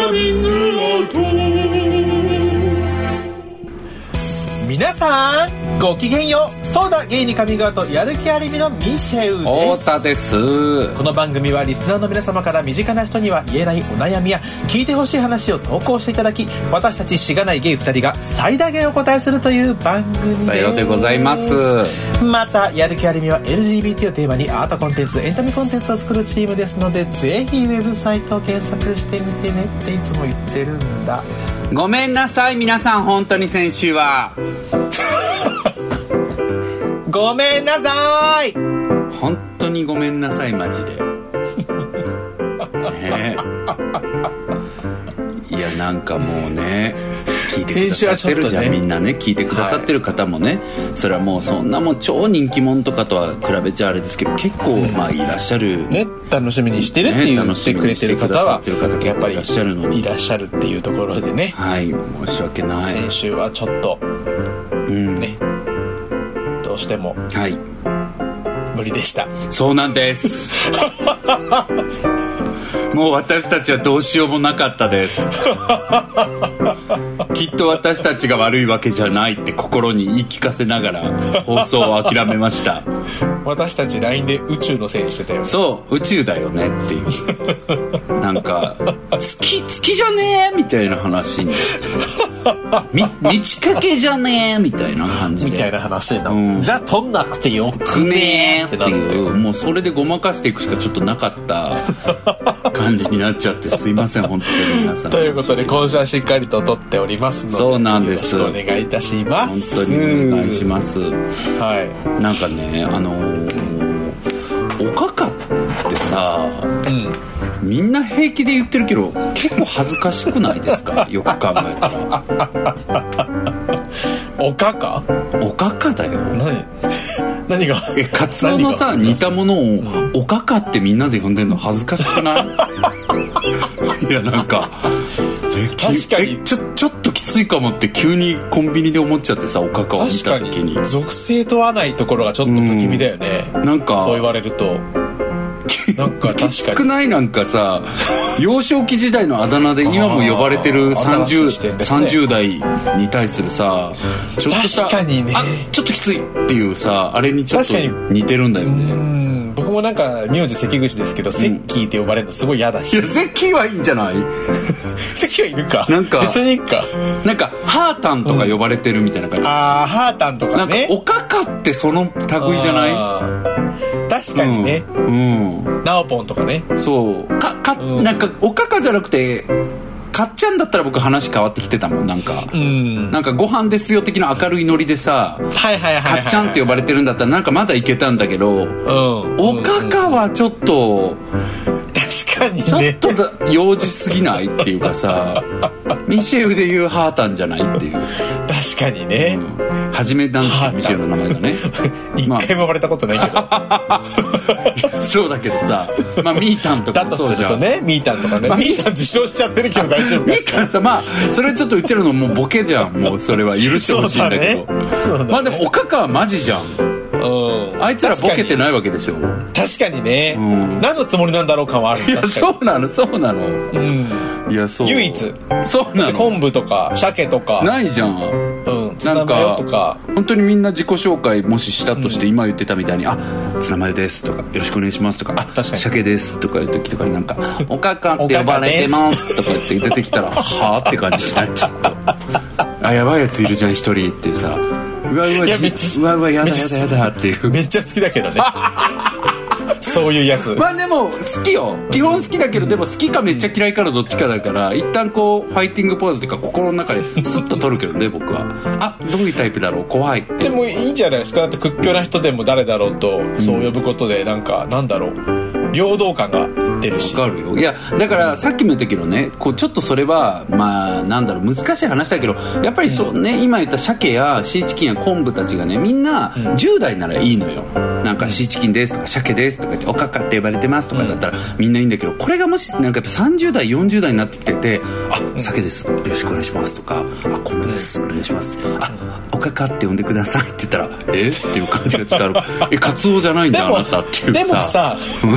カミングアウト。皆さんごきげんよう。そうだゲイにカミングアウトやる気ありみのミシェウです。 太田です。 この番組はリスナーの皆様から身近な人には言えないお悩みや聞いてほしい話を投稿していただき、私たちしがないゲイ2人が最大限お答えするという番組です。 さようでございます。 またやる気ありみは LGBT をテーマにアートコンテンツエンタメコンテンツを作るチームですので、ぜひウェブサイトを検索してみてねっていつも言ってるんだ。 ごめんなさい皆さん、本当に先週はごめんなさい。 本当にごめんなさいマジでいやなんかもうね、聞いてくださってるじゃん、みんなね、聞いてくださってる方もね、それはもうそんなもう超人気者とかとは比べちゃあれですけど、結構まあいらっしゃる、 ね、楽しみにしてるって言ってくれてる方はやっぱりいらっしゃるのに、いらっしゃるっていうところでね、 はい、申し訳ない。 先週はちょっとね、どうしてもはい無理でした。 そうなんですもう私たちはどうしようもなかったですきっと私たちが悪いわけじゃないって心に言い聞かせながら放送を諦めました私たち LINE で宇宙のせいにしてたよね。 そう宇宙だよねっていうなんか月じゃねえみたいな話に満ち欠けじゃねえみたいな感じでみたいな話になって、じゃあ撮んなくてよくねーってなって、 もうそれでごまかしていくしかちょっとなかった感じになっちゃってすいません本当に皆さん。 ということで今週はしっかりと撮っておりますので、 そうなんです、 よろしくお願いいたします。 本当にお願いします。 はい、 なんかねおかかってさ、みんな平気で言ってるけど結構恥ずかしくないですかよく考えたらおかか？おかかだよ。 何が？ カツオのさ似たものをおかかってみんなで呼んでんの恥ずかしくないいやなんか確かにちょっときついかもって急にコンビニで思っちゃってさ、おかかを見た時に属性問わないところがちょっと不気味だよね、 なんかそう言われるとなんか確かに少ない。なんかさ幼少期時代のあだ名で今も呼ばれてる 30代に対するさ、ちょっとした確かにね、 ちょっときついっていうさ、あれにちょっと似てるんだよね。 僕もなんか名字関口ですけど、セッキーって呼ばれるのすごい嫌だし。 いやセッキーはいいんじゃないセッキーはいるか、 なんか別にいいか、 なんかハータンとか呼ばれてるみたいな感じ、 ハータンとかね、 なんかおかかってその類じゃない？ 確かにね、ナオポンとかね、 そうなんかおかかじゃなくてかっちゃんだったら僕話変わってきてたもん。なんかご飯ですよ的な明るいノリでさ、かっちゃんって呼ばれてるんだったらなんかまだいけたんだけど、おかかはちょっと確かにね、 ちょっと幼児すぎないっていうかさミシェウでいうハータンじゃないっていう。 確かにね、 初めなんですよミシェウの名前がね一回も呼ばれたことないけどそうだけどさ、まあミータンとかもそうじゃん。 だとするとね、ミータンとかね、ミータン自称しちゃってるけど大丈夫か。 ミータンさ、まあそれはちょっとうちらのもうボケじゃん、もうそれは許してほしいんだけど、 そうだね、 まあでもおかかはマジじゃん。あいつらボケてないわけでしょ。 確かにね、何のつもりなんだろう感はある。 いやそうなの、いやそう唯一そうなの。 昆布とか鮭とかないじゃん。 ツナマヨとか本当にみんな自己紹介もししたとして、今言ってたみたいにツナマヨですとかよろしくお願いしますとか、鮭ですとかいう時とかになんかおかかって呼ばれてますとか言って出てきたらはぁって感じになっちゃったやばいやついるじゃん一人ってさ、うわやだやだっていう。 めっちゃ好きだけどねそういうやつ。 まあでも好きよ、基本好きだけど、でも好きかめっちゃ嫌いかのどっちかだから、一旦こうファイティングポーズとか心の中でスッと取るけどね僕は。どういうタイプだろう、怖いって。でもいいんじゃないですか。だって屈強な人でも誰だろうとそう呼ぶことでなんだろう、平等感が出るし。 わかるよ。いやだからさっきも言ったけどね、こうちょっとそれはまあ難しい話だけど、やっぱりそうね、今言った鮭やシーチキンや昆布たちがね、みんな10代ならいいのよ。なんかシーチキンですとか鮭ですとか言っておかかって呼ばれてますとかだったらみんないいんだけど、これがもしなんかやっぱ30代40代になってきてて、鮭ですよろしくお願いしますとか、昆布ですお願いしますおかかって呼んでくださいって言ったらっていう感じがちょっとあるカツオじゃないんだあなたっていうさ。 でもさ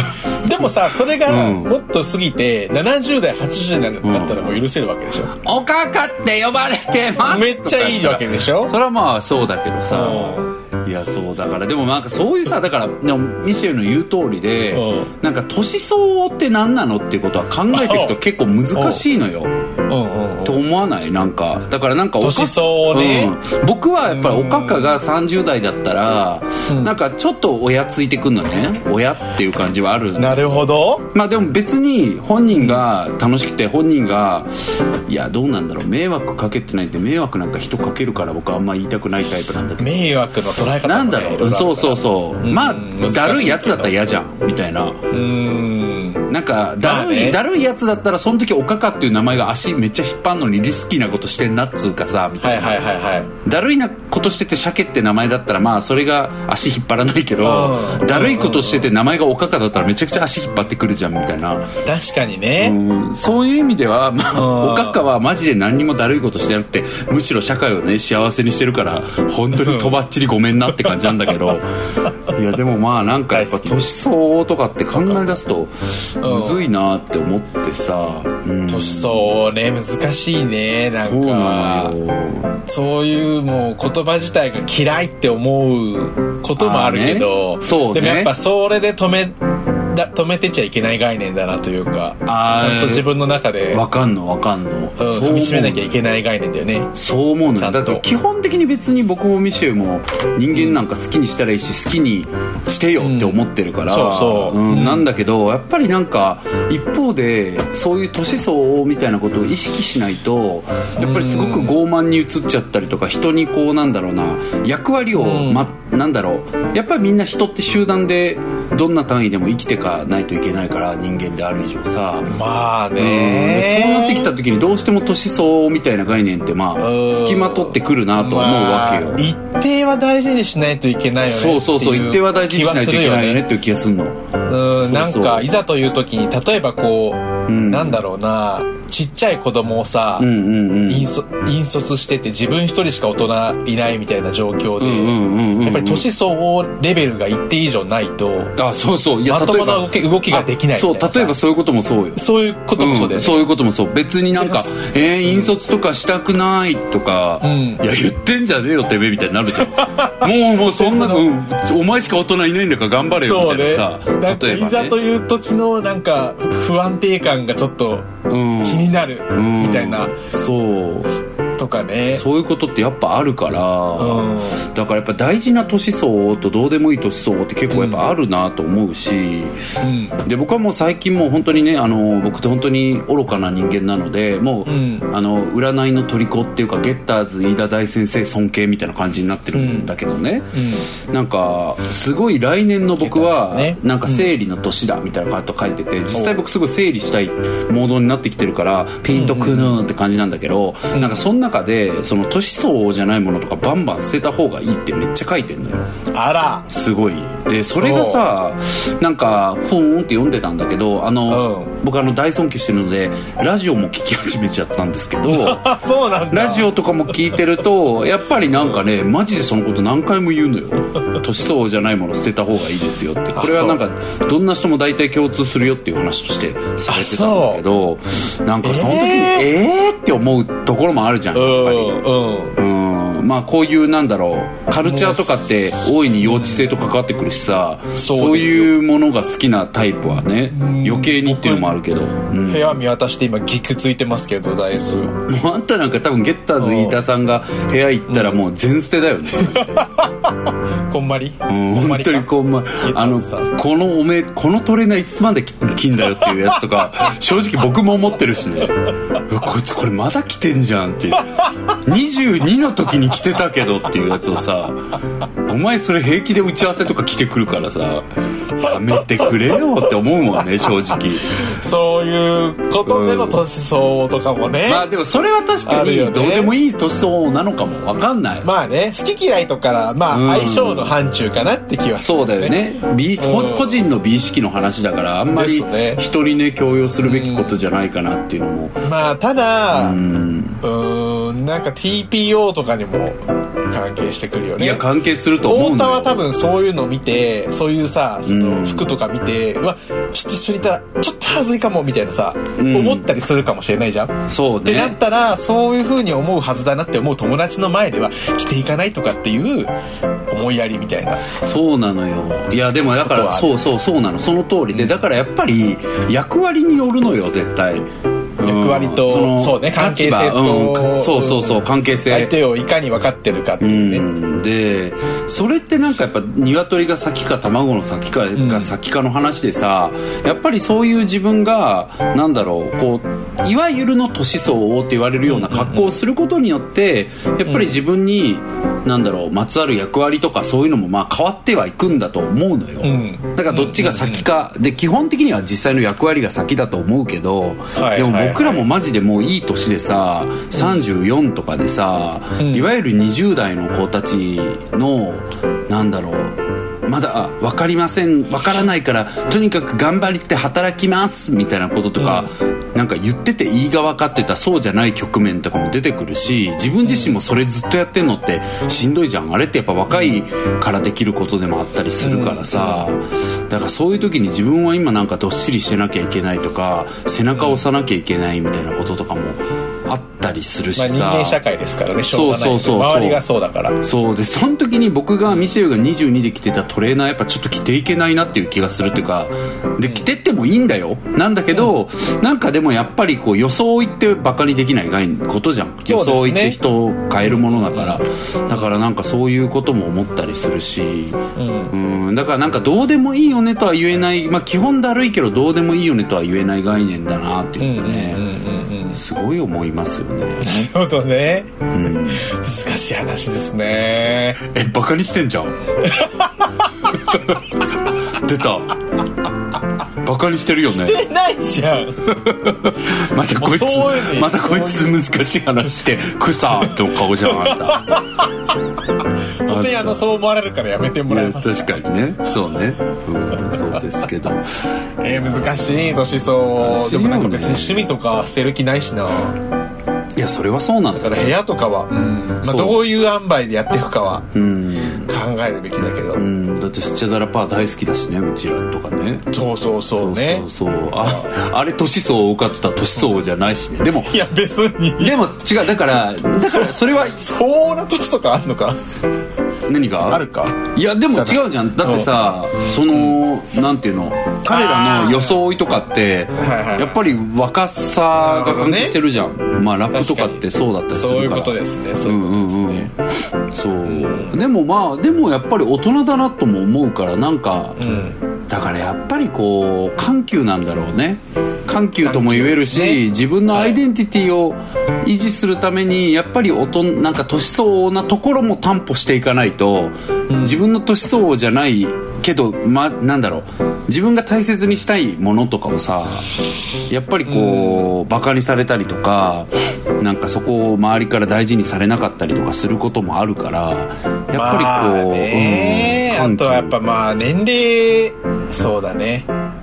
でもさそれがもっと過ぎて70代80代だったらもう許せるわけでしょ、 おかかって呼ばれてますめっちゃいいわけでしょ。 それはまあそうだけどさ、いやそうだからでもなんかそういうさだからでもミシェルの言う通りでなんか年相応って何なのっていうことは考えていくと結構難しいのよと思わない？なんかだからなんか年相応ね、 僕はやっぱりおかかが30代だったらなんかちょっと親ついてくんのね、親っていう感じはある。 なるほど。 まあでも別に本人が楽しくて本人がいやどうなんだろう迷惑かけてないって迷惑なんか人かけるから僕はあんま言いたくないタイプなんだけど迷惑の捉え方も、ね、 なんだろうそうそうそう、まあだるいやつだったら嫌じゃんみたいななんかだるいやつだったらその時おかかっていう名前が足めっちゃ引っ張るのにリスキーなことしてんなっつうかさみたいな、だるいなことしてて鮭って名前だったらまあそれが足引っ張らないけどだるいことしてて名前がおかかだったらめちゃくちゃ足引っ張ってくるじゃんみたいな。 確かにね、 そういう意味では、まあ、おかかはマジで何にもだるいことしてなくてむしろ社会をね幸せにしてるから本当にとばっちりごめんなって感じなんだけどいやでもまあなんかやっぱ年相応とかって考え出すとむずいなって思ってさ、 年相応ね難しいね。なんかそういうもう言葉自体が嫌いって思うこともあるけど、 そうね、 でもやっぱそれで止めてちゃいけない概念だなというかちゃんと自分の中で分かんの踏みしめなきゃいけない概念だよね。 そう思うのよ。だって基本的に別に僕もミシェルも人間なんか好きにしたらいいし好きにしてよって思ってるから、なんだけどやっぱりなんか一方でそういう年相応みたいなことを意識しないとやっぱりすごく傲慢に移っちゃったりとか人にこうなんだろうな役割を、なんだろうやっぱりみんな人って集団でどんな単位でも生きてかないといけないから人間である以上さまあね、 そうなってきた時にどうしても年相応みたいな概念ってまあ付きまとってくるなと思うわけよ、 一定は大事にしないといけないよね。 そう一定は大事にしないといけないよねっていう気がするの。 なんかいざという時に例えばこう、なんだろうなちっちゃい子供をさ、引率してて自分一人しか大人いないみたいな状況でやっぱり年相応レベルが一定以上ないといやまともな動きができないみたいな。 そう例えばそういうこともそうよ。そういうこともそうだよね、そういうこともそう別になんか引率とかしたくないとか、いや言ってんじゃねえよてめえみたいになるじゃんもうそんなお前しか大人いないんだから頑張れよみたいなさ、 例えばね、いざという時のなんか不安定感がちょっと気になるみたいな、 そうとかね、 そういうことってやっぱあるから、だからやっぱ大事な年相応とどうでもいい年相応って結構やっぱあるなと思うし、で僕はもう最近もう本当にね僕って本当に愚かな人間なのでもう、占いの虜っていうかゲッターズ飯田大先生尊敬みたいな感じになってるんだけどね、なんかすごい来年の僕はなんか生理の年だみたいなこと書いてて、実際僕すごい整理したいモードになってきてるからピンとくるって感じなんだけど、なんかそんな中でその年相応じゃないものとかバンバン捨てた方がいいってめっちゃ書いてんのよ。 あらすごいでそれがさなんかふーんって読んでたんだけど僕大尊敬してるのでラジオも聞き始めちゃったんですけどそうなんだ。 ラジオとかも聞いてるとやっぱりなんかねマジでそのこと何回も言うのよ年相応じゃないもの捨てた方がいいですよって。これはなんかどんな人も大体共通するよっていう話としてされてたんだけど、なんかその時にって思うところもあるじゃんやっぱり。まあこういうなんだろうカルチャーとかって大いに幼稚性と関わってくるしさ、そういうものが好きなタイプはね余計にっていうのもあるけど、 部屋見渡して今ギクついてますけどだいぶもうあんたなんか多分ゲッターズ飯田さんが部屋行ったらもう全捨てだよねこんまり本当にこんまこのトレーナーいつまで着んだよっていうやつとか正直僕も思ってるしねこいつこれまだ着てんじゃんっていう22の時に着てたけどっていうやつをさお前それ平気で打ち合わせとか着てくるからさやめてくれよって思うもんね正直。 そういうことでの年相応とかもね、 まあでもそれは確かにどうでもいい年相応なのかも分かんない。 まあね好き嫌いとかまあ相性の範疇かなって気はする、 そうだよね個人の美意識の話だからあんまり人にね強要するべきことじゃないかなっていうのも、 まあただなんか TPO とかにも関係してくるよね。 いや関係すると思うんだよ。 太田は多分そういうのを見て、そういうさ、その服とか見て、うわちょっと一緒にいたらちょっと恥ずいかもみたいなさ、思ったりするかもしれないじゃん。 そうね。 ってなったらそういう風に思うはずだなって思う友達の前では着ていかないとかっていう思いやりみたいな。 そうなのよ。いやでもだからそうなの、その通りで、だからやっぱり役割によるのよ絶対。 役割と、そうね、関係性と、 そう関係性、 相手をいかに分かってるかっていうね。 でそれってなんかやっぱ鶏が先か卵の先かが先かの話でさ、やっぱりそういう自分がなんだろう、こういわゆるの年相応って言われるような格好をすることによってやっぱり自分になんだろう、まつわる役割とかそういうのもまあ変わってはいくんだと思うのよ。だからどっちが先かで、基本的には実際の役割が先だと思うけど、でも僕らもマジでもういい年でさ、34とかでさ、いわゆる20代の子たちのなんだろう、まだ分かりません、分からないからとにかく頑張って働きますみたいなこととか、なんか言ってていい側かって言ったらそうじゃない局面とかも出てくるし、自分自身もそれずっとやってんのってしんどいじゃん。あれってやっぱ若いからできることでもあったりするからさ、だからそういう時に自分は今なんかどっしりしてなきゃいけないとか、背中を押さなきゃいけないみたいなこととかもあったりするしさ、 人間社会ですからね、しょうがない。周りがそうだから。 そうで、その時に僕がミシェルが22で着てたトレーナーやっぱちょっと着ていけないなっていう気がするっていうか、で着てってもいいんだよなんだけど、なんかでもやっぱりこう装いってバカにできないことじゃん。装いって人を変えるものだから、だからなんかそういうことも思ったりするし、だからなんかどうでもいいよねとは言えない、まあ基本だるいけどどうでもいいよねとは言えない概念だなっていうのね、すごい思いますよね。 なるほどね、難しい話ですね。 バカにしてんじゃん出た、バカにしてるよね。 してないじゃんまたこいつ難しい話して草ってお顔じゃんあんた本当にそう思われるからやめてもらえますか。 確かにね、そうね、そうですけど難しい年相。でもなんか別に趣味とか捨てる気ないしな。 いやそれはそうなんだから部屋とかは、まあ、どういう塩梅でやっていくかは考えるべきだけど、 だってスチャダラパー大好きだしね、うちらとかね。 そうね。 あれ年相応かって言ったら年相応じゃないしね。でもいや別にでも違う、だからそれはそうな年とかあんのか何があるか。 いやでも違うじゃん。だってさ、そのなんていうの、彼らの装いとかってやっぱり若さが関係してるじゃん。まあラップとかってそうだったりするから。 そういうことですね。そういうことですね。 そうでもやっぱり大人だなとも思うから、なんか、だからやっぱりこう緩急なんだろうね。緩急とも言えるし、自分のアイデンティティを維持するためにやっぱりなんか年相応なところも担保していかないと、自分の年相応じゃないけど、なんだろう、自分が大切にしたいものとかをさ、やっぱりこうバカにされたりとか、なんかそこを周りから大事にされなかったりとかすることもあるから、やっぱりこう、 あとはやっぱまあ年齢、そうだね、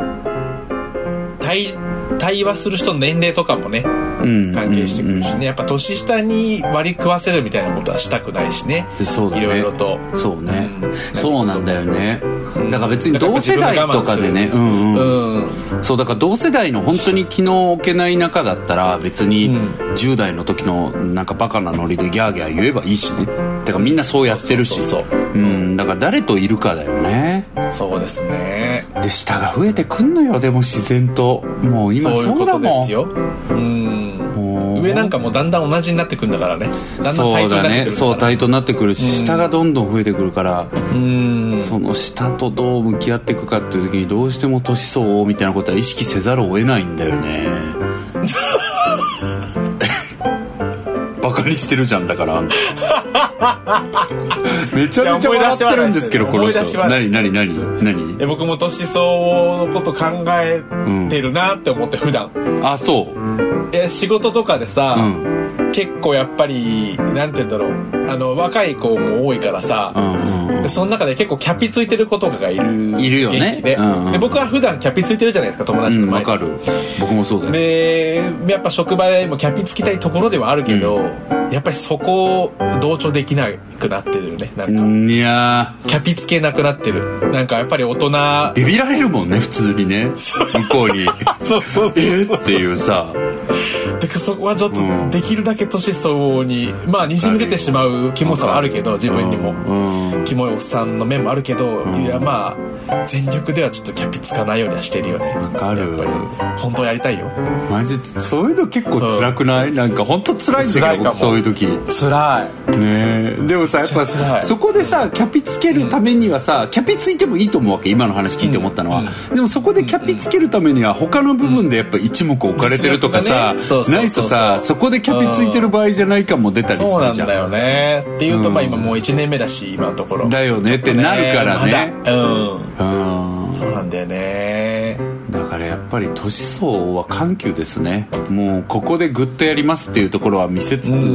対話する人の年齢とかもね、関係してくるしね。やっぱ年下に割り食わせるみたいなことはしたくないしね。 そうだね、 いろいろと。 そうね、そうなんだよね。だから別に同世代とかでね、そうだから同世代の本当に気の置けない仲だったら別に10代の時のなんかバカなノリでギャーギャー言えばいいしね。だからみんなそうやってるし、だから誰といるかだよね。 そうですね。 で下が増えてくんのよ、でも自然と。もう今そうだもん。そういうことですよ。 上なんかもうだんだん同じになってくるんだからね。だんだん対等になってくるから。そうだね、そう対等になってくるし、下がどんどん増えてくるから、その下とどう向き合っていくかっていう時にどうしても年相応みたいなことは意識せざるを得ないんだよねバカにしてるじゃん、だからめちゃめちゃ笑ってるんですけど、この人。何僕も年相応のこと考えてるなって思って、普段。 あ、そう。 仕事とかでさ、結構やっぱりなんて言うんだろう、若い子も多いからさ、 でその中で結構キャピついてる子とかがいるよね。 で僕は普段キャピついてるじゃないですか、友達の前で。 わかる。僕もそうだよ。 でやっぱ職場でもキャピつきたいところではあるけど、やっぱりそこを同調できなくなってるね。なんかいやキャピつけなくなってる。なんかやっぱり大人ビビられるもんね、普通にね、向こうにそうっていうさ。 でそこはちょっとできるだけ年相応に、まあにじみ出てしまうキモさはあるけど、自分にもキモいおっさんの面もあるけど、いやまあ全力ではちょっとキャピつかないようにはしてるよね。 わかる。 やっぱり本当はやりたいよ。 マジそういうの結構辛くない？なんか本当辛いんだけど、僕そういう時辛いね。でもさ、やっぱそこでさキャピつけるためにはさ、キャピついてもいいと思うわけ。今の話聞いて思ったのは、でもそこでキャピつけるためには他の部分でやっぱ一目置かれてるとかさ、ないとさ、そこでキャピついてる場合じゃないかも出たりするじゃん。 そうなんだよね。っていうと、まあ今もう1年目だし、今のところだよねってなるからね。 そうなんだよね。 だからやっぱり年相応は緩急ですね。もうここでグッとやりますっていうところは見せつつ、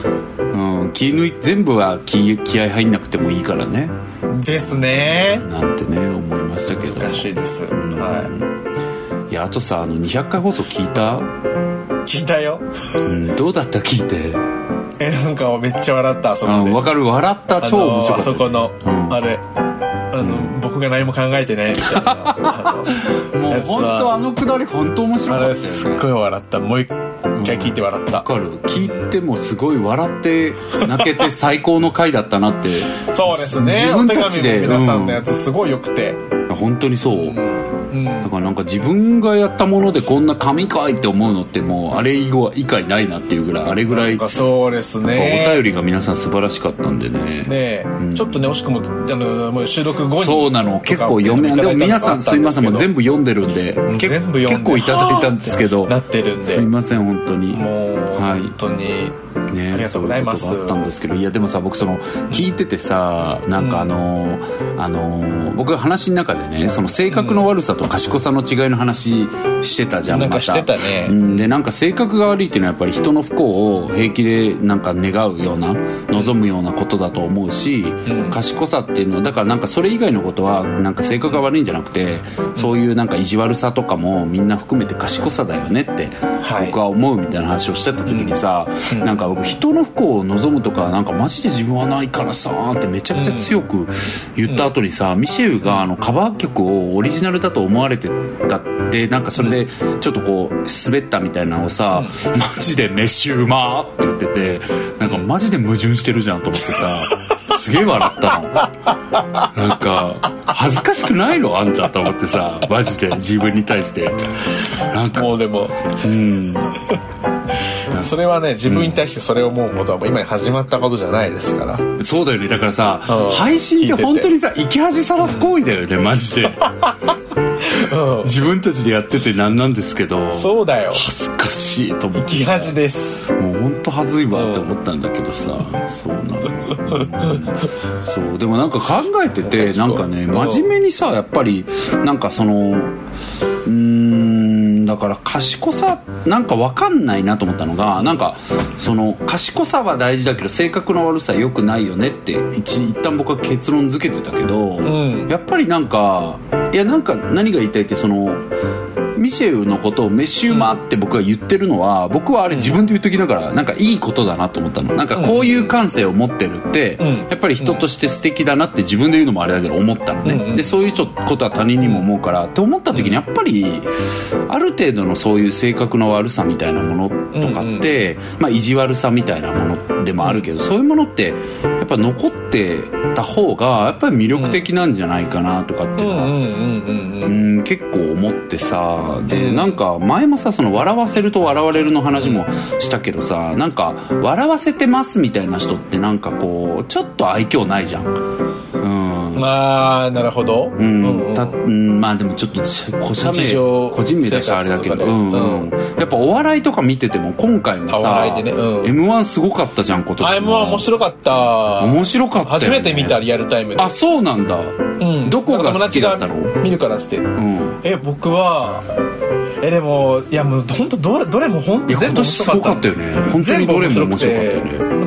全部は気合入んなくてもいいからね。 ですね。 なんてね思いましたけど。 難しいです。はい。 いや、あとさ、200回放送聞いた？ 聞いたよ。 どうだった？聞いて。 なんかめっちゃ笑った、あそこで。 わかる、笑った。超面白かった。 あそこの、あれ僕が何も考えてねみたいなもう本当あのくだり本当面白かったよね。 すっごい笑った。もう一回聞いて笑った。 わかる。聞いてもすごい笑って泣けて最高の回だったなって。 そうですね。自分たちで皆さんのやつすごい良くて、 本当にそう、だからなんか自分がやったものでこんな神回って思うのってもうあれ以外ないなっていうぐらい、あれぐらい。 そうですね。 お便りが皆さん素晴らしかったんでね。 ちょっとね惜しくももう収録後にそうなの、結構読めでも皆さんすいません、もう全部読んでるんで、結構いただいたんですけど、 なってるんですいません本当に。 もう本当にね、ありがとうございます。 そういうことがあったんですけど、いやでもさ、僕その聞いててさ、なんか僕が話の中でね、その性格の悪さと賢さの違いの話してたじゃん。 なんかしてたね。 でなんか性格が悪いっていうのはやっぱり人の不幸を平気でなんか願うような望むようなことだと思うし、賢さっていうのはだからなんかそれ以外のことはなんか性格が悪いんじゃなくて、そういうなんか意地悪さとかもみんな含めて賢さだよねって僕は思うみたいな話をしてた時にさ、なんか僕人の不幸を望むとかなんかマジで自分はないからさってめちゃくちゃ強く言った後にさ、ミシェルがカバー曲をオリジナルだと思われてたってなんかそれでちょっとこう滑ったみたいなのをさ、マジで飯うまって言ってて、なんかマジで矛盾してるじゃんと思ってさすげえ笑ったの。なんか恥ずかしくないのあんたと思ってさ、マジで自分に対してなんかもうでもそれはね、自分に対してそれを思うことは今に始まったことじゃないですから。 そうだよね。だからさ、配信って本当にさ生き恥さらす行為だよね、マジで。自分たちでやっててなんなんですけど、 そうだよ、 恥ずかしいと思って、 生き恥です。 もう本当恥ずいわって思ったんだけどさ、そうなの。そうでもなんか考えてて、なんかね真面目にさ、やっぱりなんかそのだから賢さなんか分かんないなと思ったのが、なんかその賢さは大事だけど性格の悪さは良くないよねって一旦僕は結論付けてたけど、やっぱりなんかいやなんか何が言いたいって、そのミシェルのことをメシューマって僕が言ってるのは、僕はあれ自分で言っときながらなんかいいことだなと思ったの。なんかこういう感性を持ってるってやっぱり人として素敵だなって自分で言うのもあれだけど思ったのね。でそういうことは他人にも思うからって思った時に、やっぱりある程度のそういう性格の悪さみたいなものとかって、まあ意地悪さみたいなものでもあるけど、そういうものってやっぱ残ってた方がやっぱり魅力的なんじゃないかなとかっていうのは結構思ってさ。でなんか前もさ、その笑わせると笑われるの話もしたけどさ、なんか笑わせてますみたいな人ってなんかこうちょっと愛嬌ないじゃん。 まあなるほど。 まあでもちょっと個人名だしあれだけど、やっぱお笑いとか見てても今回もさ、M1 すごかったじゃん今年。 M1 面白かった。 面白かったよね。 初めて見たリアルタイムで。 あ、そうなんだ。どこが好きだったの？ 見るからって。僕はでもいやもう本当どれも本当全部面白かったよね。 本当にどれも面白かったよね。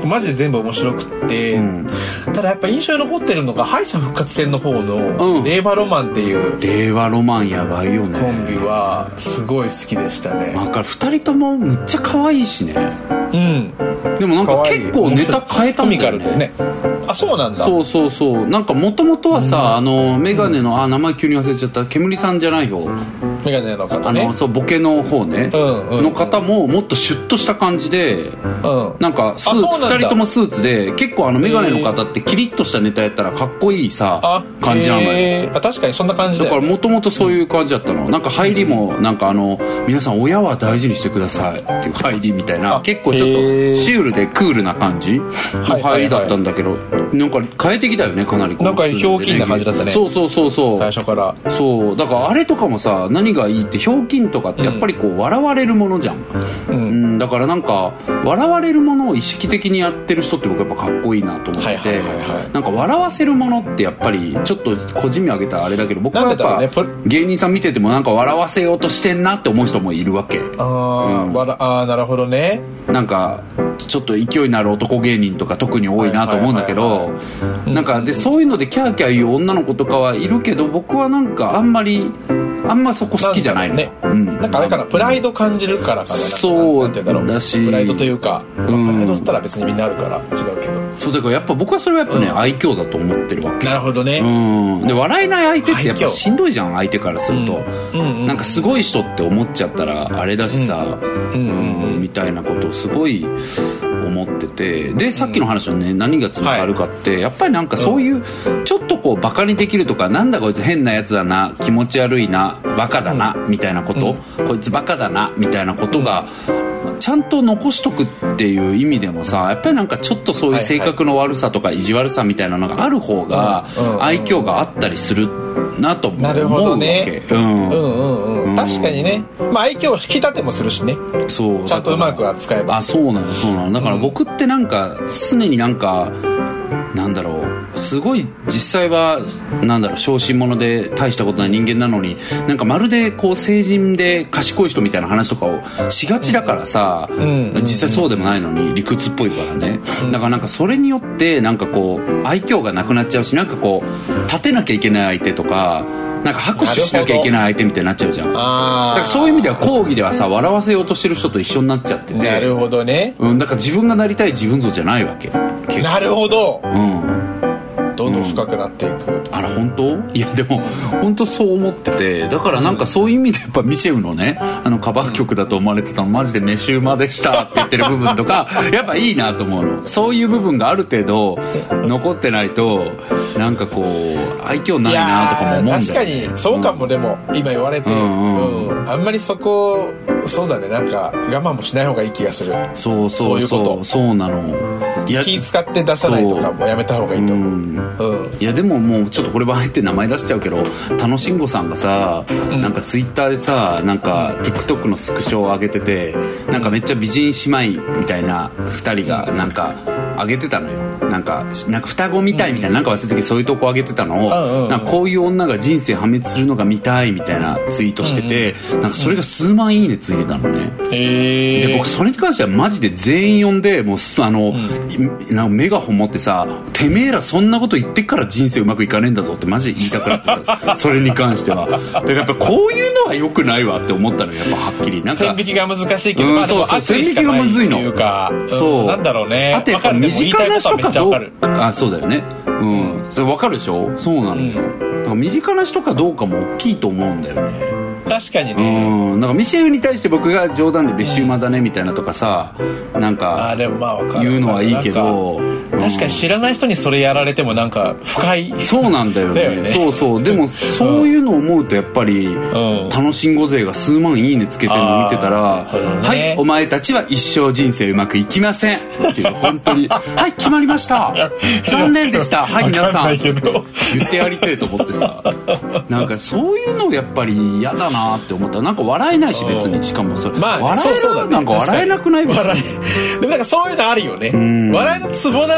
かマジで全部面白くって、ただやっぱ印象に残ってるのが敗者復活戦の方の令和ロマンっていう、 令和ロマンやばいよね。 コンビはすごい好きでしたね。 だから2人ともむっちゃ可愛いしね。でもなんか結構ネタ変えたんだよね。コミカルでね。あ、そうなんだ。そうなんかもともとはさ、メガネの名前急に忘れちゃった、煙さんじゃない方、 メガネの方ね、 そうボケの方ね、の方ももっとシュッとした感じで、なんか2人ともスーツで、結構メガネの方ってキリッとしたネタやったらかっこいいさ感じなのよ。 確かにそんな感じだよ。 だからもともとそういう感じだったの。なんか入りもなんか皆さん親は大事にしてくださいっていう入りみたいな、結構ちょっとシュールでクールな感じの入りだったんだけど、なんか変えてきたよね、かなり。 なんかひょうきんな感じだったね。 そう最初から。 そうだからあれとかもさ、何がいいって、ひょうきんとかってやっぱりこう笑われるものじゃん、だからなんか笑われるものを意識的にやってる人って僕やっぱかっこいいなと思って、なんか笑わせるものってやっぱりちょっと個人名挙げたらあれだけど、僕はやっぱ芸人さん見ててもなんか笑わせようとしてんなって思う人もいるわけ。 なるほどね。 なんかちょっと勢いのある男芸人とか特に多いなと思うんだけど、なんかでそういうのでキャーキャー言う女の子とかはいるけど、僕はなんかあんまそこ好きじゃないのね。 なんかあれかな、プライド感じるからかな。 そうだし、 プライドというか、プライドったら別にみんなあるから違うけど、 そうだからやっぱ僕はそれはやっぱね、愛嬌だと思ってるわけ。 なるほどね。 で笑えない相手ってやっぱしんどいじゃん、相手からすると。なんかすごい人って思っちゃったらあれだしさ、みたいなことをすごい思ってて、でさっきの話のね、何がつながるかって、やっぱりなんかそういうちょっとこうバカにできるとか、なんだこいつ変なやつだな、気持ち悪いな、バカだなみたいなこと、こいつバカだなみたいなことがちゃんと残しとくっていう意味でもさ、やっぱりなんかちょっとそういう性格の悪さとか意地悪さみたいなのがある方が愛嬌があったりするなと思うわけ。なるほどね。 確かにね。愛嬌を引き立てもするしね。そう。ちゃんとうまく扱えば。 そうなの。だから僕ってなんか常になんかなんだろう、すごい実際はなんだろう、小心者で大したことない人間なのに、なんかまるでこう成人で賢い人みたいな話とかをしがちだからさ、実際そうでもないのに理屈っぽいからね、だからなんかそれによってなんかこう愛嬌がなくなっちゃうし、なんかこう立てなきゃいけない相手とか、なんか拍手しなきゃいけない相手みたいになっちゃうじゃん。だからそういう意味では講義ではさ、笑わせようとしてる人と一緒になっちゃってて。 なるほどね。 だから自分がなりたい自分像じゃないわけ。 なるほど。どんどん深くなっていく。 あら本当？いやでも本当そう思ってて、だからなんかそういう意味でやっぱミシェウのね、カバー曲だと思われてたのマジで飯馬でしたって言ってる部分とかやっぱいいなと思うの。そういう部分がある程度残ってないとなんかこう愛嬌ないなとかも思うんだよね。 確かにそうかも。でも今言われて、あんまりそこそうだね、なんか我慢もしない方がいい気がする。そういうこと。そうなの。気使って出さないとかもやめた方がいいと思う。 いやでももうちょっとこれはあえて名前出しちゃうけど、楽しんごさんがさ、なんかツイッターでさ、なんか TikTok のスクショを上げてて、なんかめっちゃ美人姉妹みたいな2人がなんか上げてたのよ。なんか双子みたいみたいな、なんか忘れたけどそういうとこ上げてたのを、なんかこういう女が人生破滅するのが見たいみたいなツイートしてて、なんかそれが数万いいねついてたのね。で僕それに関してはマジで全員呼んで、もうなんかメガホン持ってさ、てめえらそんなこと言ってから人生うまくいかねえんだぞってマジで言いたくなってさそれに関してはだからやっぱこういうのは良くないわって思ったのよ。やっぱはっきりなんか線引きが難しいけど、 そう線引きがむずいの。 そうなんだろうね。 あとやっぱ身近な人かどうか、そうだよね。それ分かるでしょ。そうなのよ。だから身近な人かどうかも大きいと思うんだよね。 確かにね。 なんかミシェウに対して僕が冗談で別馬だねみたいなとかさ、なんか言うのはいいけど、 確かに知らない人にそれやられてもなんか深い。 そうなんだよね。そうでもそういうのを思うとやっぱり楽しんご勢が数万いいねつけてるの見てたら、はいお前たちは一生人生うまくいきませんっていう本当にはい決まりました残念でしたはい皆さん言ってやりてえと思ってさ、なんかそういうのやっぱり嫌だなって思った。なんか笑えないし別に、しかもそれ笑えるなんか笑えなくない？ でもなんかそういうのあるよね。笑いのツボな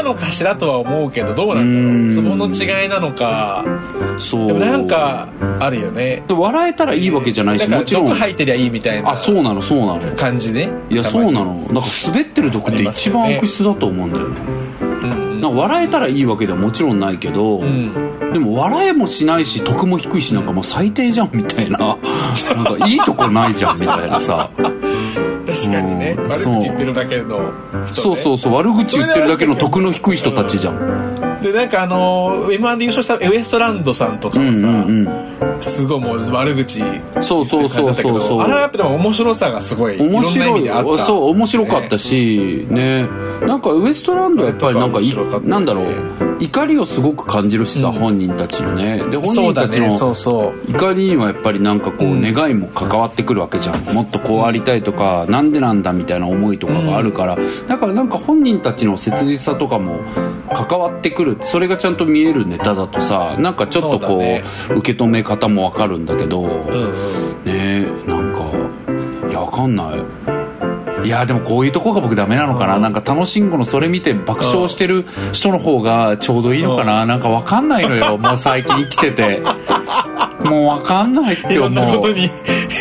のかしらとは思うけど、どうなんだろう、ツボの違いなのか。 そうでもなんかあるよね。 笑えたらいいわけじゃないし、もちろん毒吐いてりゃいいみたいな。 あ、そうなのそうなの感じね。 いやそうなの。なんか滑ってる毒って一番悪質だと思うんだよね。なんか笑えたらいいわけではもちろんないけど、でも笑えもしないし得も低いし、なんかもう最低じゃんみたいな、なんかいいとこないじゃんみたいなさ。 確かにね、悪口言ってるだけの人、ね、 そう悪口言ってるだけの得の低い人たちじゃん。 でなんかM1 で優勝したウエストランドさんとかはさ、すごいもう悪口言ってる感じだったけど、あれはやっぱでも面白さがすごい面白い、 いろんな意味であった。 そう面白かったしね。なんかウエストランドはやっぱりなんかなんだろう、怒りをすごく感じるしさ、本人たちのね。で本人たちの怒りにはやっぱりなんかこう願いも関わってくるわけじゃん。もっとこうありたいとか、なんでなんだみたいな思いとかがあるから、だからなんか本人たちの切実さとかも関わってくる。それがちゃんと見えるネタだとさ、なんかちょっとこう受け止め方も分かるんだけど、ね、なんかいや分かんない。いやでもこういうとこが僕ダメなのかな、なんか楽しんごのそれ見て爆笑してる人の方がちょうどいいのかな、なんか分かんないのよ。もう最近生きててもう分かんないって思う。 いろんなことに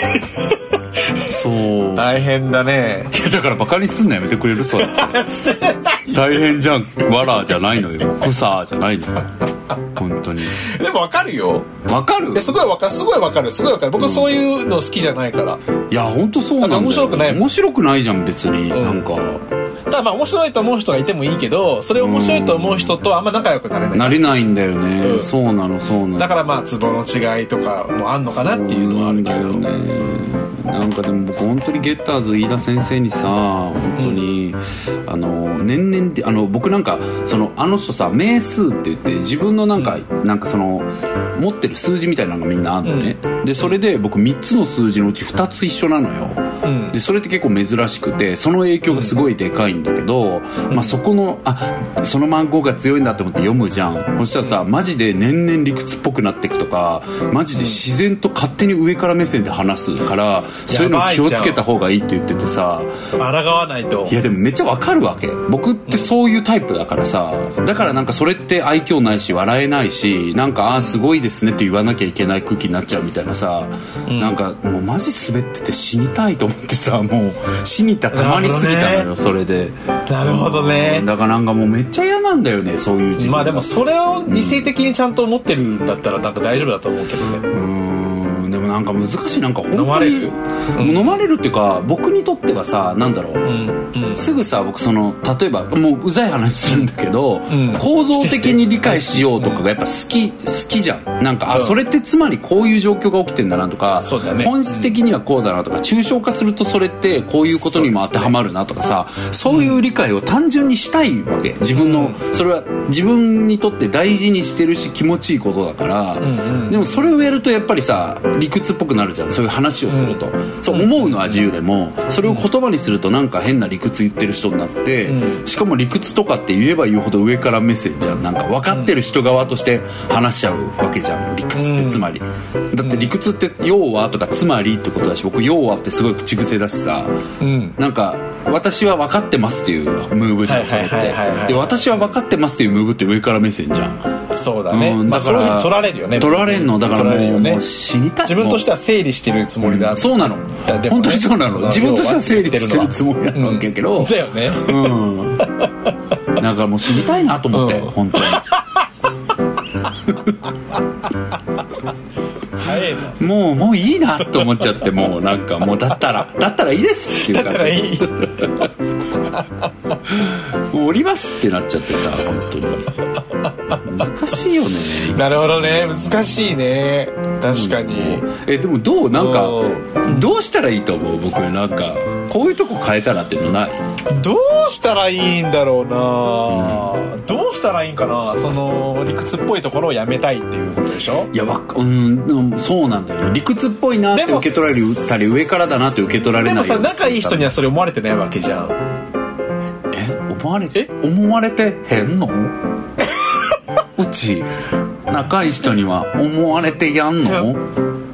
そう大変だね。 いやだからバカにすんのやめてくれる？それ大変じゃん、わらじゃないのよ、くさじゃないのよ本当に。 でも分かるよ。 分かる？ すごい分かる、すごい分かる、すごい分かる。僕そういうの好きじゃないから。 いや本当そうなんだよ。 面白くないもん。 面白くないじゃん別に、なんかただまあ面白いと思う人がいてもいいけど、それ面白いと思う人とあんま仲良くなれない。 なれないんだよね、そうなのそうなの。 だからまあツボの違いとかもあんのかなっていうのはあるけどね。 なんかでも僕本当にゲッターズ飯田先生にさ、本当に、年々で僕なんかあの人さ、名数って言って自分のなんかその持ってる数字みたいなのがみんなあるのね、でそれで僕3つの数字のうち2つ一緒なのよ、でそれって結構珍しくて、その影響がすごいでかいんだけど、まあ、そこのその番号が強いんだと思って読むじゃん。そしたらさ、マジで年々理屈っぽくなっていくとか、マジで自然と勝手に上から目線で話すから、そういうの気をつけた方がいいって言っててさ、 抗わないと。 いやでもめっちゃわかるわけ。僕ってそういうタイプだからさ、だからなんかそれって愛嬌ないし笑えないし、なんかすごいですねって言わなきゃいけない空気になっちゃうみたいなさ、なんかもうマジ滑ってて死にたいと思ってさ、もう死にたまりすぎたのよ、それで。 なるほどね。 だからなんかもうめっちゃ嫌なんだよね、そういう自分。 まあでもそれを理性的にちゃんと思ってるんだったらなんか大丈夫だと思うけどね。 でもなんか難しい。なんか本当に飲まれるっていうか、僕にとってはさ、なんだろう、すぐさ、僕例えばもううざい話するんだけど、構造的に理解しようとかがやっぱ好きじゃん。なんかそれってつまりこういう状況が起きてんだなとか、本質的にはこうだなとか、抽象化するとそれってこういうことにも当てはまるなとかさ、そういう理解を単純にしたいわけ。自分のそれは自分にとって大事にしてるし気持ちいいことだから、でもそれをやるとやっぱりさ、理屈っぽくなるじゃん、そういう話をすると。そう思うのは自由でも、それを言葉にするとなんか変な理屈言ってる人になって、しかも理屈とかって言えば言うほど上から目線じゃん。なんか分かってる人側として話しちゃうわけじゃん、理屈って。つまりだって理屈って要はとかつまりってことだし、僕要はってすごい口癖だしさ、なんか私は分かってますっていうムーブじゃん、それって。で私は分かってますっていうムーブって上から目線じゃん。 そうだね、だからそういうふうに取られるよね。 取られるのだからもう死にたい。 自分としては整理してるつもりだ、 そうなの、本当にそうなの。自分としては整理してるつもりなわけやけど、 だよね。 なんかもう死にたいなと思って、本当に。もういいなと思っちゃって、もうなんかもうだったらいいですっていうか、 だったらいいもう降りますってなっちゃってさ、本当に難しいよね。 なるほどね、難しいね、確かに。 でもなんかどうしたらいいと思う？僕なんかこういうとこ変えたらっていうのない？ どうしたらいいんだろうな、どうしたらいいんかな。その理屈っぽいところをやめたいっていうことでしょ。 いやそうなんだよ。理屈っぽいなって受け取られたり、上からだなって受け取られない。 でもさ、仲いい人にはそれ思われてないわけじゃん。 思われてへんの？うち仲いい人には思われてやんの？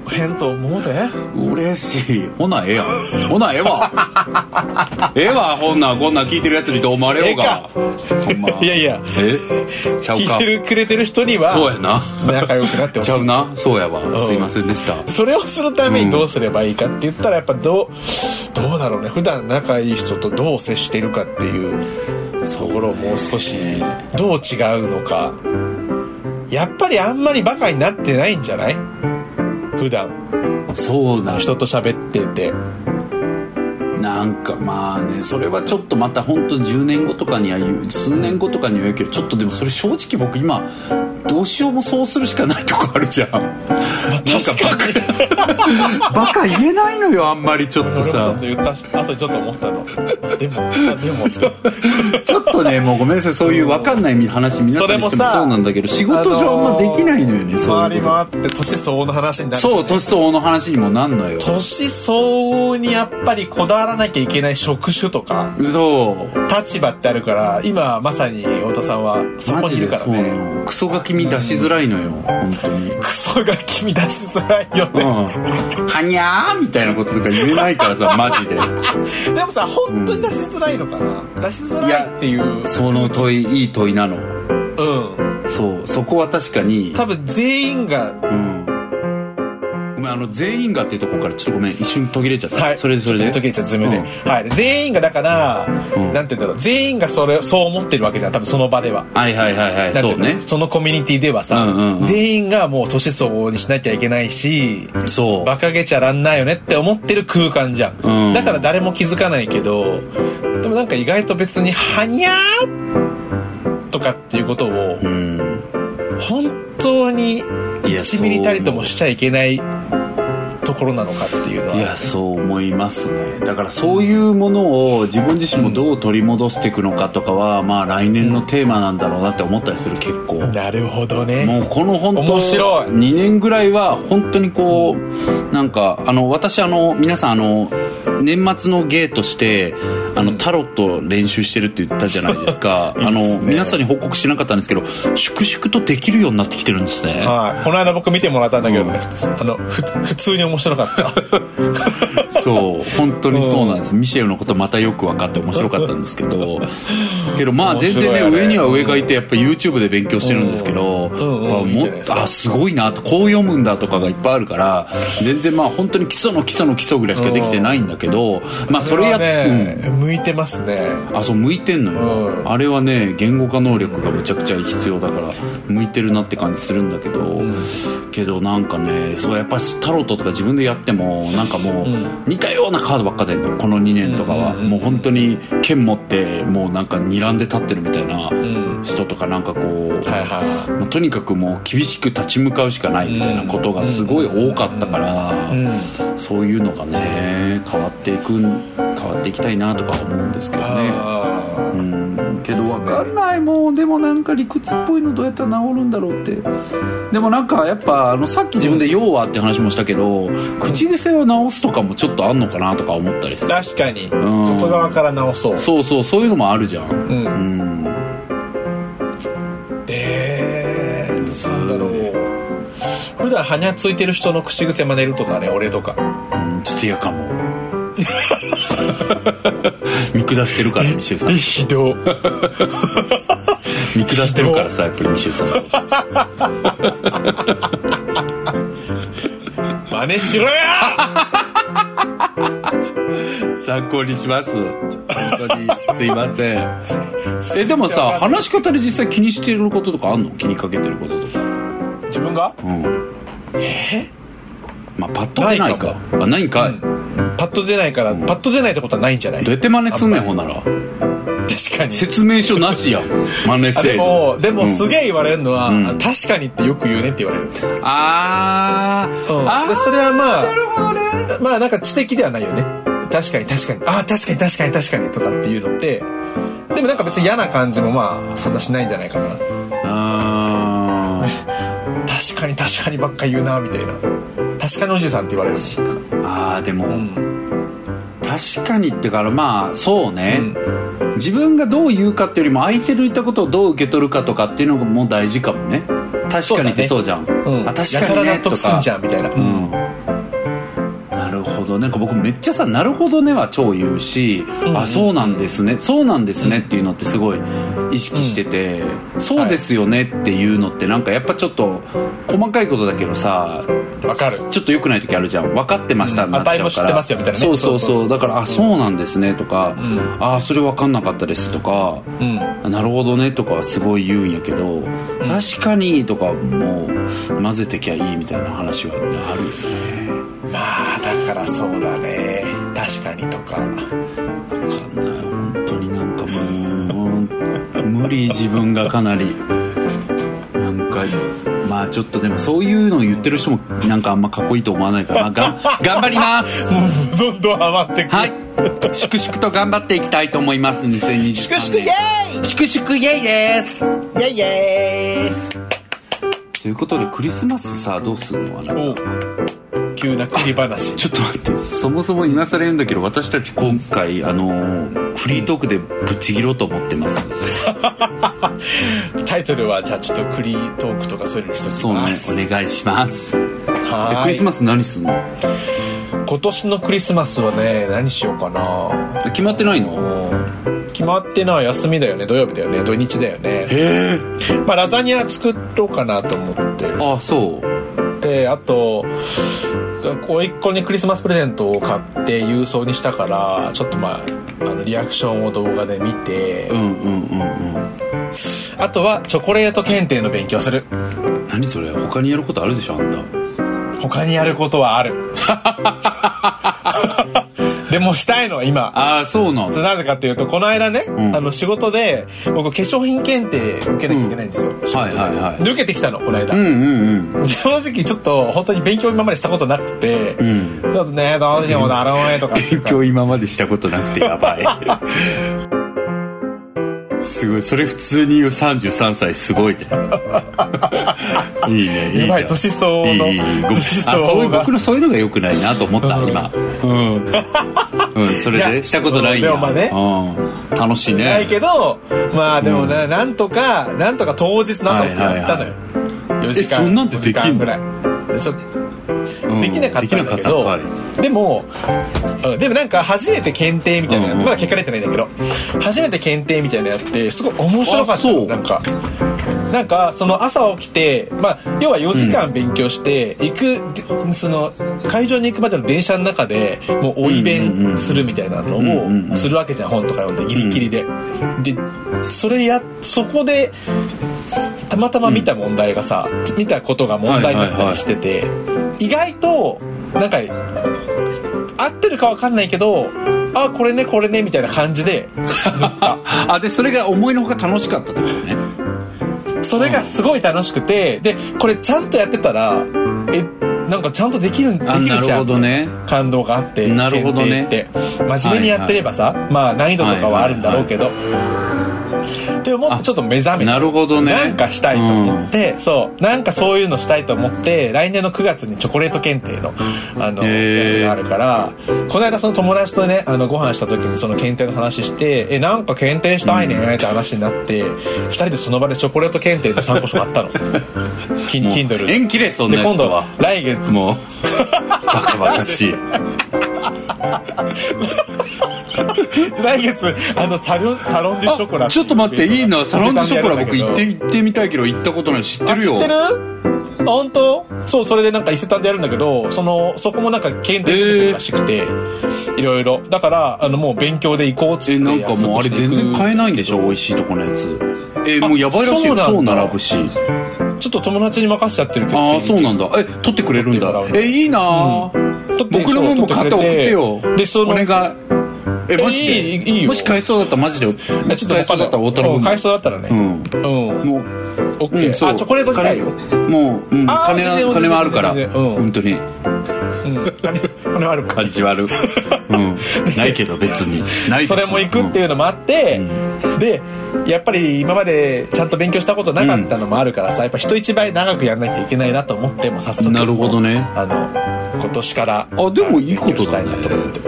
へんと思うで。 嬉しい。ほなええやん。ほなええわ。ええわ、ほんなこんなん聞いてるやつにどう思われようが。ほんま。 いやいや、 ちゃうか。 聞いてくれてる人にはそうやな、 仲良くなってほしい。 ちゃうな、そうやわ、すいませんでした。 それをするためにどうすればいいかって言ったら、やっぱどうだろうね、普段仲いい人とどう接しているかっていうところをもう少しどう違うのか。やっぱりあんまりバカになってないんじゃない？普段そうな人と喋ってて、 なんかまあね、それはちょっとまた本当10年後とかには言う、数年後とかには言うけど、ちょっとでもそれ正直僕今どうしようもそうするしかないとこあるじゃん。まあ、なんかバカ言えないのよ、あんまりちょっとさ。 俺もちょっと言ったし、あとちょっと思ったの。でもちょっとね、もうごめんなさい、そういう分かんない話皆さんにしてもそうなんだけど、仕事上あんまできないのよね、そういう回り回って年相応の話になるし、 ね、そう、年相応の話にもなんのよ。 年相応にやっぱりこだわらなきゃいけない職種とか、 そう立場ってあるから、今まさに太田さんはそこにいるからね。 クソガキみ出しづらいのよ、本当に。 クソガキみ出しづらいよね、 はにゃーみたいなこととか言えないからさ、マジで。 でもさ、本当に出しづらいのかな、出しづらいっていう。 その問い、いい問いなの。そう、そこは確かに多分全員が、 全員がっていうところからちょっとごめん、一瞬途切れちゃった、 はい、 それで途切れちゃった、ズームで、はい、全員がだから、なんて言うんだろう、全員がそう思ってるわけじゃん、多分その場では。 はいはいはいはい、そうね。 そのコミュニティではさ、全員がもう年相応にしなきゃいけないし、そう馬鹿げちゃらんないよねって思ってる空間じゃん、だから誰も気づかないけど、でもなんか意外と別にはにゃーとかっていうことを、本当に1ミリたりともしちゃいけないところなのかっていうのは、 いや、そう思いますね。だからそういうものを自分自身もどう取り戻していくのかとかは、まあ来年のテーマなんだろうなって思ったりする、結構。 なるほどね。もうこの本当面白い 2年ぐらいは本当にこう、なんか私皆さん年末の芸としてタロット練習してるって言ったじゃないですか。いいですね。皆さんに報告しなかったんですけど、粛々とできるようになってきてるんですね。 はい、この間僕見てもらったんだけどね、普通に面白かったそう本当にそうなんです。ミシェルのことまたよく分かって面白かったんですけどまあ全然ね、上には上がいて、やっぱ YouTube で勉強してるんですけど、すごいなと、こう読むんだとかがいっぱいあるから、全然まあ本当に基礎の基礎の基礎ぐらいしかできてないんだけど、まあそれやって向いてますね。 そう向いてんのよ、あれはね、言語化能力がめちゃくちゃ必要だから向いてるなって感じするんだけど、なんかね、そうやっぱりタロットとか自分でやってもなんかもう似たようなカードばっか出るの、この2年とかは。もう本当に剣持ってもうなんか睨んで立ってるみたいな人とか、なんかこう、とにかくもう厳しく立ち向かうしかないみたいなことがすごい多かったから、そういうのがね、変わっていきたいなとか思うんですけどね。けど分かんない、もうでもなんか理屈っぽいのどうやったら治るんだろうって。でもなんかやっぱさっき自分で要はって話もしたけど、口癖を直すとかもちょっとあんのかなとか思ったりする。 確かに、外側から直そう。 そういうのもあるじゃん。 なんだろう、普段はにゃついてる人の口癖真似るとかね、俺とか。 ちょっと嫌かも見下してるから、ミシェルさん。 ひど見下してるからさ、やっぱりミシェルさん真似しろや参考にします、本当にすいません。でもさ、話し方で実際気にしてることとかあんの？気にかけてることとか。 自分が？ まあパッと出ないか。ないんかい。 パッと出ないから、パッと出ないってことはないんじゃない？ どうやって真似すんねん、ほんなら。 確かに説明書なしやん、真似せえ。 でもすげえ言われるのは、確かにってよく言うねって言われる。でそれはまあ、なるほどね、まあなんか知的ではないよね。確かに確かに、確かに確かに確かにとかっていうのって、でもなんか別に嫌な感じもまあそんなしないんじゃないかな。確かに確かにばっか言うなみたいな。確かにおじさんって言われる。 でも、確かにってから、まあそうね、自分がどう言うかっていうよりも、相手の言ったことをどう受け取るかとかっていうのも大事かもね。確かにってそうじゃん。確かにね、 やたら納得すんじゃんみたいな。 ど。なんか僕めっちゃさ、なるほどねは超言うし、あ、そうなんですね、そうなんですねっていうのってすごい意識してて、そうですよねっていうのってなんかやっぱちょっと細かいことだけどさ、 わかる、 ちょっと良くない時あるじゃん。分かってましたになっちゃうから、 値も知ってますよみたいなね。 そうだから、あ、そうなんですねとか、あ、それ分かんなかったですとか、なるほどねとかはすごい言うんやけど、確かにとかもう混ぜてきゃいいみたいな話はあるよね。 まあだからそうだね、確かにとか分かんない本当に。なんかもう無理、自分がかなりなんか、まあちょっとでもそういうのを言ってる人もなんかあんまかっこいいと思わないから、頑張りますどんどんハマってくる。 はい、粛々と頑張っていきたいと思います。2023年粛々イエーイ、 粛々イエイです。 イエイイエーイ。 ということでクリスマスさ、どうすんの？ 急な切り話。 ちょっと待って、そもそも今更言うんだけど、私たち今回フリートークでぶっちぎろうと思ってますタイトルはじゃあちょっとフリートークとかそういうのにしときます。 そうね、お願いします。 はい。 クリスマス何すんの？ 今年のクリスマスはね、何しようかな。 決まってないの？ 決まってない。休みだよね、土曜日だよね、土日だよね。 へえ。 まあラザニア作ろうかなと思ってる。 あ、そうで、あと甥っ子にクリスマスプレゼントを買って郵送にしたから、ちょっとまあリアクションを動画で見て、あとはチョコレート検定の勉強する。 何それ？他にやることあるでしょ、あんた。 他にやることはあるでもしたいのは今。 ああ、そうなの。 なぜかっていうと、この間ね、仕事で僕化粧品検定受けなきゃいけないんですよ、 はいはいはい。 で受けてきたの、この間。正直ちょっと本当に勉強今までしたことなくて、ちょっとね、どうにもなろうねとか勉強今までしたことなくてやばいすごい、それ普通に言う33歳すごいねいいね、いいじゃん。 やばい、年相応の年相応が、 僕のそういうのが良くないなと思った今。それでしたことないんや。 でもまあね、 楽しいね。 ないけど、まあでもね、なんとか当日の朝起きてやったのよ、4時間そんなんてできんの？ ぐらいでちょっとできなかったんだけど、でもなんか初めて検定みたいなのやって、まだ結果出てないんだけど、初めて検定みたいなのやってすごい面白かったの。なんかその朝起きて、まあ要は4時間勉強してその会場に行くまでの電車の中でもう追い勉するみたいなのをするわけじゃん、本とか読んでギリギリで。でそこでたまたま見た問題がさ、見たことが問題になったりしてて、意外となんか合ってるか分かんないけど、あ、これねみたいな感じであ、でそれが思いのほか楽しかったってことね。 それがすごい楽しくて、でこれちゃんとやってたらなんかちゃんとできるじゃん、ね、感動があって。 なるほどね。 検定って真面目にやってればさ、まあ難易度とかはあるんだろうけど、でももっとちょっと目覚めて、 なるほどね、 なんかしたいと思って、そうなんかそういうのしたいと思って、来年の9月にチョコレート検定のやつがあるから、この間その友達とねご飯した時にその検定の話して、なんか検定したいねって話になって、2人でその場でチョコレート検定の参考書買ったのKindle 縁切れ、そんなやつは。 で今度来月もうバカバカしい来月サロンデュショコラ。 ちょっと待って、いいな、サロンデュショコラ。僕行ってみたいけど行ったことない。知ってるよ。 知ってる？本当？そう、それでなんか伊勢丹でやるんだけど、そこもなんか検定出てくるらしくて、いろいろだからもう勉強で行こうっつって。 なんかもうあれ全然買えないんでしょ、美味しいとこのやつ。もうやばいらしいよ、超並ぶし。 ちょっと友達に任せちゃってるけど。 あ、そうなんだ。取ってくれるんだ。いいな、僕の分も買って送ってよ。でお願い。マジでいいよ。もし買えそうだったらマジで。 ちょっと買えそうだったら太田の。買えそうだったらね。もうオッケー。チョコレート自体よ。もう金はあるから本当に。金はあるから。感じはある。ないけど別にないです。それも行くっていうのもあって、でやっぱり今までちゃんと勉強したことなかったのもあるからさ、やっぱ人一倍長くやんなきゃいけないなと思って、もう早速。なるほどね。今年からでもいいことだね。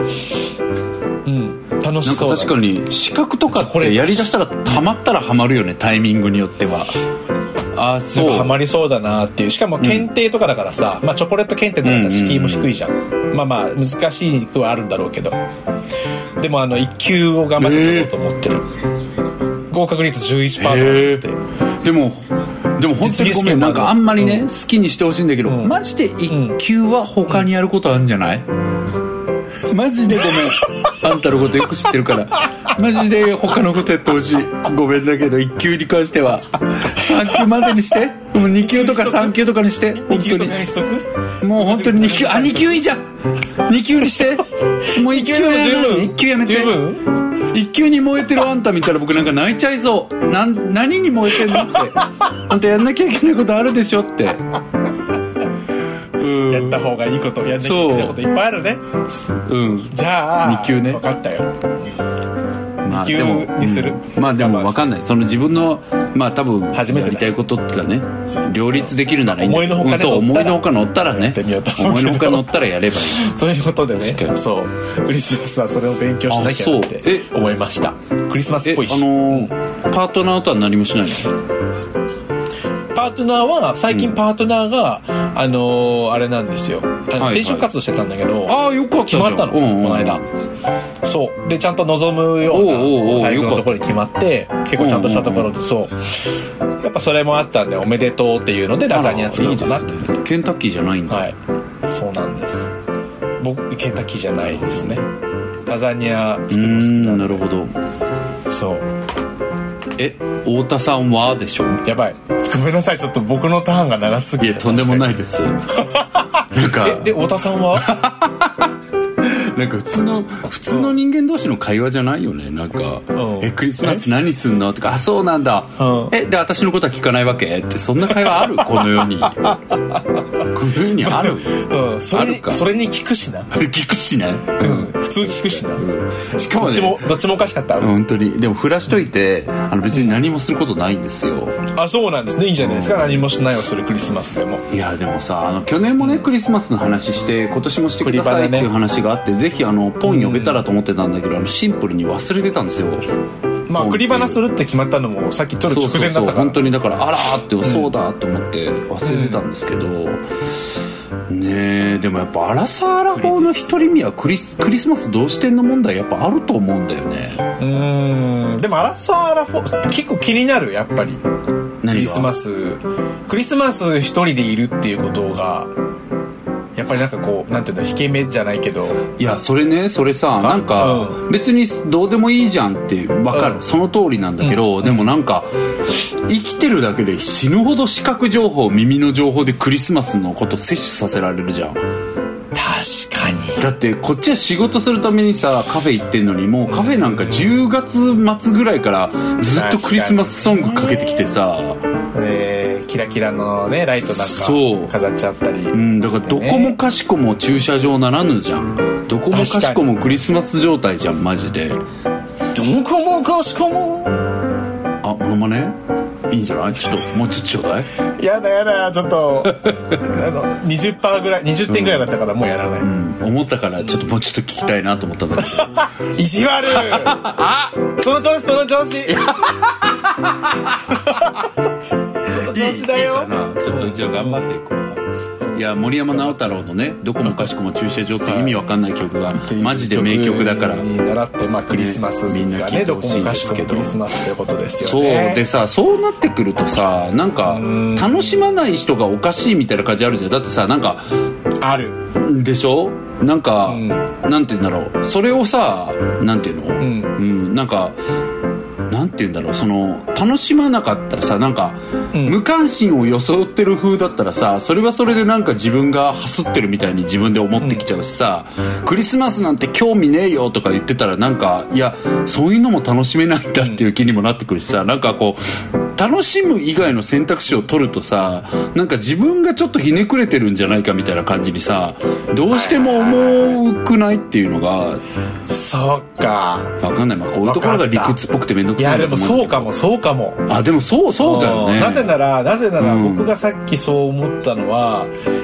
楽しそうだね。 なんか確かに資格とかってやりだしたらたまったらハマるよね、タイミングによっては。 あ、そうなんかハマりそうだなっていう。しかも検定とかだからさ、まあチョコレート検定とかだったら敷居も低いじゃん。まあまあ難しい句はあるんだろうけど、でも1級を頑張って取ろうと思ってる。合格率 11% とかって。 でも本当にごめん、なんかあんまりね、好きにしてほしいんだけど、マジで1級は他にやることあるんじゃない？マジでごめん。あんたのことよく知ってるからマジで他のことやってほしい。ごめんだけど1級に関しては3級までにして、もう2級とか3級とかにして、本当にもう本当に2級、あ、2級いいじゃん、2級にして、もう1級1級やめて。十分1級に燃えてるあんた見たら僕なんか泣いちゃいそう。何に燃えてんのって本当やんなきゃいけないことあるでしょって。 やった方がいいこと、やんなきゃいけないこといっぱいあるね。じゃあ 2級ね、 分かったよ。 まあ、 2級にする。 まあでも分かんない、その自分のまあ多分やりたいことがね両立できるならいいんだけど、思いのほか乗ったらね、思いのほか乗ったらやればいい。 そういうことでね、そうクリスマスはそれを勉強しなきゃって思いました。クリスマスっぽいし。パートナーとは何もしないの？ パートナーは最近パートナーが、あれなんですよ、転職活動してたんだけど、 よかったじゃん、 決まったの、この間。そうでちゃんと望むような最後のところに決まって、結構ちゃんとしたところで、そうやっぱそれもあったんで、おめでとうっていうのでラザニア作ろうかなって。 ケンタッキーじゃないんだ。 はい、そうなんです。僕ケンタッキーじゃないですね。ラザニア作ります。 なるほど。 そう、 太田さんはでしょ。 やばい、ごめんなさい、ちょっと僕のターンが長すぎて。 いやとんでもないですなんかで太田さんはなんか普通の人間同士の会話じゃないよね。なんかクリスマス何すんのとか、あ、そうなんだ、で私のことは聞かないわけって、そんな会話ある？この世にこの世にある？ それに聞くしな聞くしね、 普通聞くしな、 しかもね、 どっちもおかしかった。 本当に。でも振らしといて、別に何もすることないんですよ。 あ、そうなんですね。いいんじゃないですか、何もしないをするクリスマスでも。 いやでもさ、去年もねクリスマスの話して、今年もしてくださいっていう話があって、ぜひポン呼べたらと思ってたんだけど、シンプルに忘れてたんですよ。 まあクリバナするって決まったのもさっきちょっと直前だったから、 本当にだから、あらーってそうだと思って忘れてたんですけど、ねえ、でもやっぱアラサーアラフォーの一人目はクリスマスどうしてんの問題やっぱあると思うんだよね。 でもアラサーアラフォー結構気になる、やっぱり。クリスマス一人でいるっていうことがやっぱりなんかこう、なんていうんだ、引け目じゃないけど。 いやそれさ、なんか別にどうでもいいじゃんって分かる、その通りなんだけど、でもなんか生きてるだけで死ぬほど視覚情報、耳の情報でクリスマスのこと摂取させられるじゃん。 確かに。 だってこっちは仕事するためにさカフェ行ってんのに、もうカフェなんか10月末ぐらいからずっとクリスマスソングかけてきてさ、 キラキラのねライトなんか飾っちゃったり、 だからどこもかしこも駐車場ならぬじゃん。どこもかしこもクリスマス状態じゃん、マジで。どこもかしこも。 あ、モノマネいいんじゃない？ちょっともうちょっとちょうだい。 やだちょっと20% ぐらい、20点ぐらいだったからもうやらない、 思ったからちょっともうちょっと聞きたいなと思ったんだけど意地悪あ、その調子その調子だよ。 ちょっとじゃあ頑張っていこう。いや森山直太朗のねどこもかしこも駐車場って意味わかんない曲がマジで名曲だから、 に習って、まあクリスマスがね、どこもかしこもクリスマスということですよね。そうでさ、そうなってくるとさ、なんか楽しまない人がおかしいみたいな感じあるじゃん。だってさ、なんかあるでしょ。なんか、なんて言うんだろう、それをさ、なんていうの、なんかなんて言うんだろう、その楽しまなかったらさ、なんか、無関心を装ってる風だったらさ、それはそれでなんか自分がハスってるみたいに自分で思ってきちゃうしさ、クリスマスなんて興味ねえよとか言ってたら、なんかいやそういうのも楽しめないんだっていう気にもなってくるしさ、なんかこう楽しむ以外の選択肢を取るとさ、なんか自分がちょっとひねくれてるんじゃないかみたいな感じにさ、どうしても思うくないっていうのが。 そうか、 分かんない、まあ、こういうところが理屈っぽくて面倒くさいんだと思う。 いやでもそうかも。 あ、でもそうじゃんね。 なぜなら僕がさっきそう思ったのは、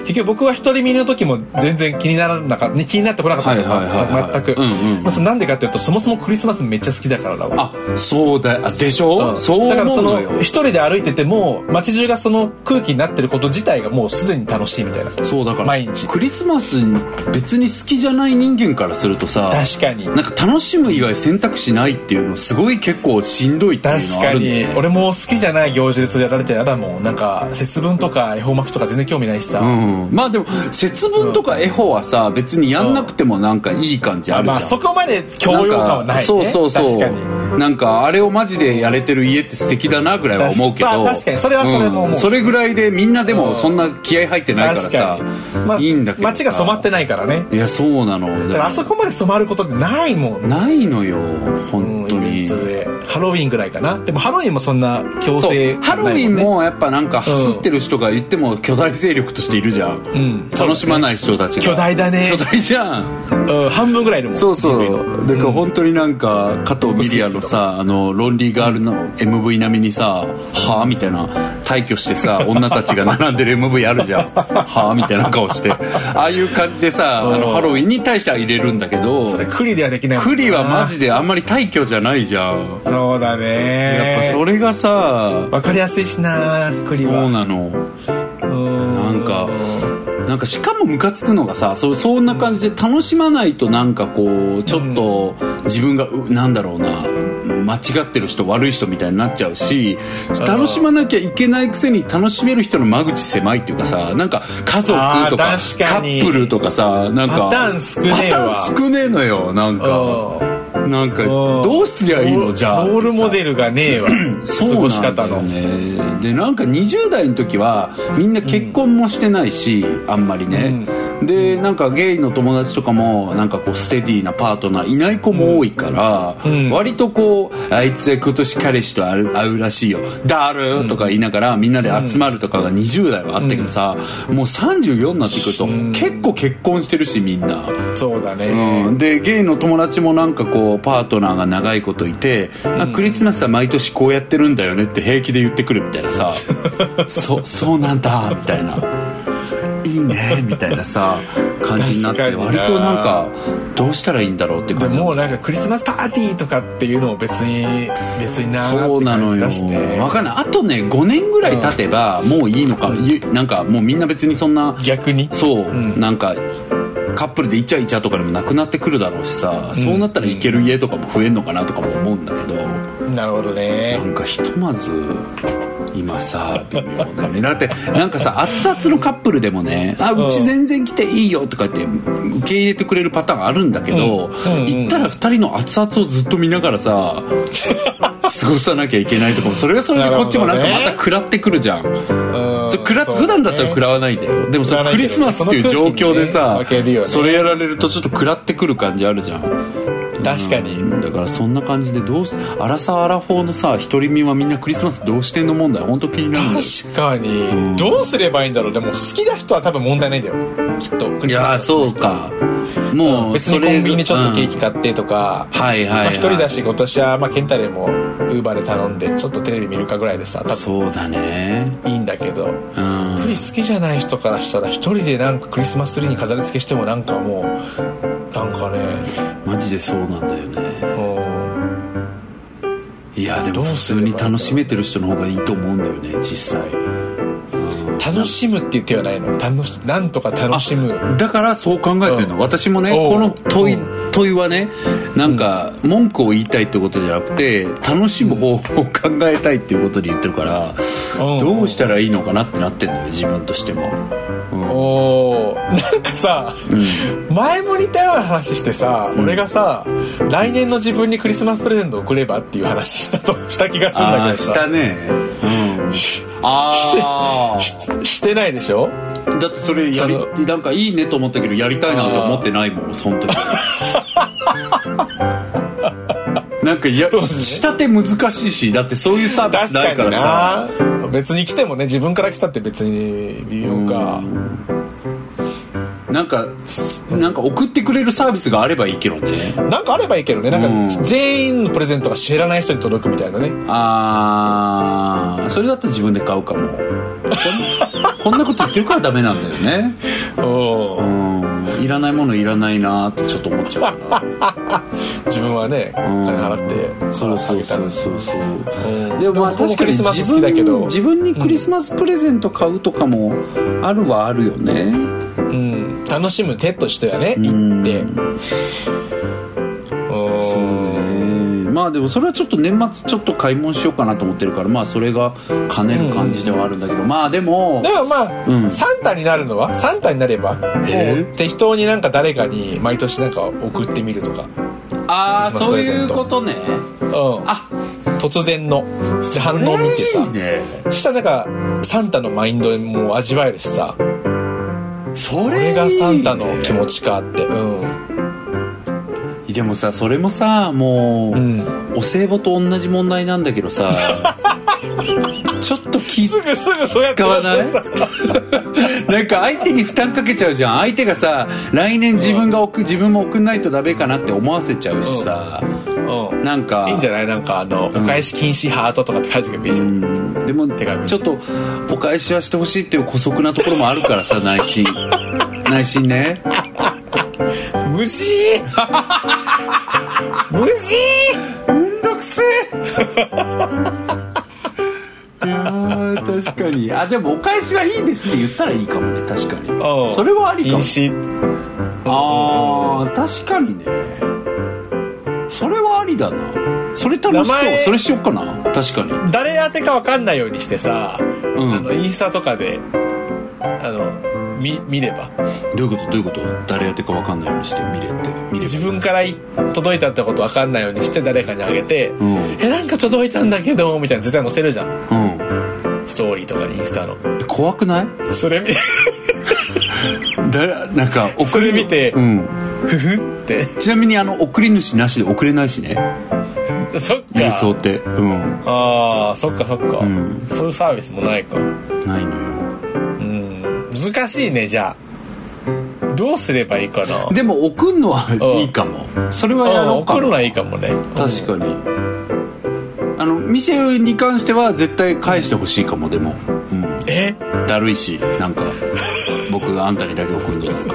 結局僕は一人身の時も全然気になってこなかったんですよ、全く。なんでかっていうと、そもそもクリスマスめっちゃ好きだからだわ。 そうだでしょ、そう思うのよ。 だからその一人で歩いてても街中がその空気になってること自体がもうすでに楽しいみたいな。 そうだから毎日クリスマス別に好きじゃない人間からするとさ、 確かになんか楽しむ以外選択肢ないっていうのすごい結構しんどいっていうのはあるんだよね。 確かに俺も好きじゃない行事でそれやられてやだもん。なんか節分とか恵方巻きとか全然興味ないしさ、 まあでも節分とか恵方はさ別にやんなくてもなんかいい感じあるじゃん。 まあそこまで教養感はないね。 そう確かに。 なんかあれをマジでやれてる家って素敵だなぐらいは思うけど、 確かにそれはそれも思う、 それぐらいでみんなでもそんな気合入ってないからさ、いいんだけどさ、 街が染まってないからね。 いやそうなの。 だからあそこまで染まることってないもん。 ないのよ本当に。 イベントでハロウィンぐらいかな。でもハロウィンもそんな強制、 ハロウィンもやっぱなんか走ってる人が言っても巨大勢力としているじゃん、楽しまない人たちが。 巨大だね。 巨大じゃん、 半分ぐらいいるもん。 そうだから本当になんか加藤ミリアのさロンリーガールの MV 並みにさはぁみたいな退去してさ女たちが並んでる MV あるじゃんはぁみたいな顔してああいう感じでさハロウィンに対しては入れるんだけど、 それクリではできないもんな。 クリはマジであんまり退去じゃないじゃん。 そうだね。 やっぱそれがさ分かりやすいしなクリは。 そうなの。なんかしかもムカつくのがさ、そんな感じで楽しまないとなんかこうちょっと自分がなんだろうな間違ってる人悪い人みたいになっちゃうし、楽しまなきゃいけないくせに楽しめる人の間口狭いっていうかさ、なんか家族とかカップルとかさ、なんかパターン少ねえのよ。なんかどうすりゃいいのじゃあ。 ロールモデルがねえわ。過ごし方の。 でなんか20代の時はみんな結婚もしてないし、あんまりね、でなんかゲイの友達とかもなんかこうステディなパートナーいない子も多いから、割とこうあいつ今年彼氏と会うらしいよだるとか言いながらみんなで集まるとかが20代はあったけどさ、もう34になってくると結構結婚してるしみんな。 そうだね、 でゲイの友達もなんかこうパートナーが長いこといて、クリスマスは毎年こうやってるんだよねって平気で言ってくるみたいなさそうなんだみたいないいねみたいなさ感じになって、割となんかどうしたらいいんだろうって感じ。 でもうなんかクリスマスパーティーとかっていうのも別になそうなのよ。分かんない。あとね5年ぐらい経てばもういいのか、なんかもうみんな別にそんな逆になんかカップルでイチャイチャとかでもなくなってくるだろうしさ、そうなったら行ける家とかも増えんのかなとかも思うんだけど。 なるほどね。 なんかひとまず今さ微妙だよね。だってなんかさ熱々のカップルでもねうち全然来ていいよとかって受け入れてくれるパターンあるんだけど、行ったら2人の熱々をずっと見ながらさ過ごさなきゃいけないとかも、それがそれでこっちもなんかまた食らってくるじゃん。普段だったら食らわないんだよ。でもそのクリスマスっていう状況でさ、それやられるとちょっと食らってくる感じあるじゃん。 確かに、 だからそんな感じでアラサーアラフォーのさ独り身はみんなクリスマスどうしてんの問題本当気になるんだよ。 確かに、どうすればいいんだろう。でも好きな人は多分問題ないんだよきっと。クリスマス。 いやそうか。もう別にコンビニにちょっとケーキ買ってとか、一人だし今年はケンタレーもウーバーで頼んでちょっとテレビ見るかぐらいでさ、多分そうだねいいんだけど、クリ好きじゃない人からしたら一人でなんかクリスマスツリーに飾り付けしてもなんかもうなんかねマジでそうなんだよね。いやでも普通に楽しめてる人の方がいいと思うんだよね実際。 楽しむって言ってはないの。なんとか楽しむ。 だからそう考えてるの、私もねこの問いはねなんか文句を言いたいってことじゃなくて楽しむ方法を考えたいっていうことで言ってるから、どうしたらいいのかなってなってんのよ自分としても。 なんかさ、前も似たような話してさ、俺がさ来年の自分にクリスマスプレゼントを送ればっていう話した気がするんだけどさ。 したね。 してないでしょ。 だってそれなんかいいねと思ったけどやりたいなと思ってないもんその時なんか下手難しいし、だってそういうサービスないからさ。 確かにな。別に来てもね自分から来たって別に微妙か。 なんか送ってくれるサービスがあればいいけどね。 なんかあればいいけどね。なんか全員のプレゼントが知らない人に届くみたいなね。 それだと自分で買うかも。こんなこと言ってるからダメなんだよね。いらないものいらないなってちょっと思っちゃうかな。自分はね、金払ってそうでもまあ確かに自分にクリスマスプレゼント買うとかもあるはあるよね。 楽しむ手としてはね、行って。 そうね。まあでもそれはちょっと年末ちょっと買い物しようかなと思ってるから、まあそれが兼ねる感じではあるんだけど、まあでもまあ、サンタになるのはサンタになれば適当になんか誰かに毎年なんか送ってみるとか。 そういうことね。 突然の反応を見てさ、そしたらなんかサンタのマインドも味わえるしさ、これがサンタの気持ちかって。 でもさ、それもさ、もう、お歳暮と同じ問題なんだけどさちょっとすぐそうやって使わないなんか相手に負担かけちゃうじゃん。相手がさ、来年自分も送んないとダメかなって思わせちゃうしさ、なんかいいんじゃない？なんかお返し禁止ハートとかって書いておけばいいじゃん。 でもちょっとお返しはしてほしいっていう姑息なところもあるからさ、内心ね。 無事めんどくせえ。いや確かに。でもお返しはいいですって言ったらいいかもね。確かにそれはありかも。確かにね。それはありだな。それ楽しそう。それしよっかな。確かに誰宛てか分かんないようにしてさ、インスタとかで見れば。 どういうこと誰宛てか分かんないようにして見れば自分から届いたってこと分かんないようにして誰かにあげて、なんか届いたんだけどみたいな絶対載せるじゃん、ストーリーとかにインスタの。 怖くない？ それ見てなんかそれ見てふふって。 ちなみに送り主なしで送れないしね。 そっか、 郵送ってそっか、そういうサービスもないか。 ないのよ。 難しいね。じゃあどうすればいいかな。 でも送るのはいいかも。それはやろうかな。 送るのはいいかもね。 確かに。ミシェルに関しては絶対返してほしいかも。でもだるいし、なんか僕があんたにだけ送るのなんか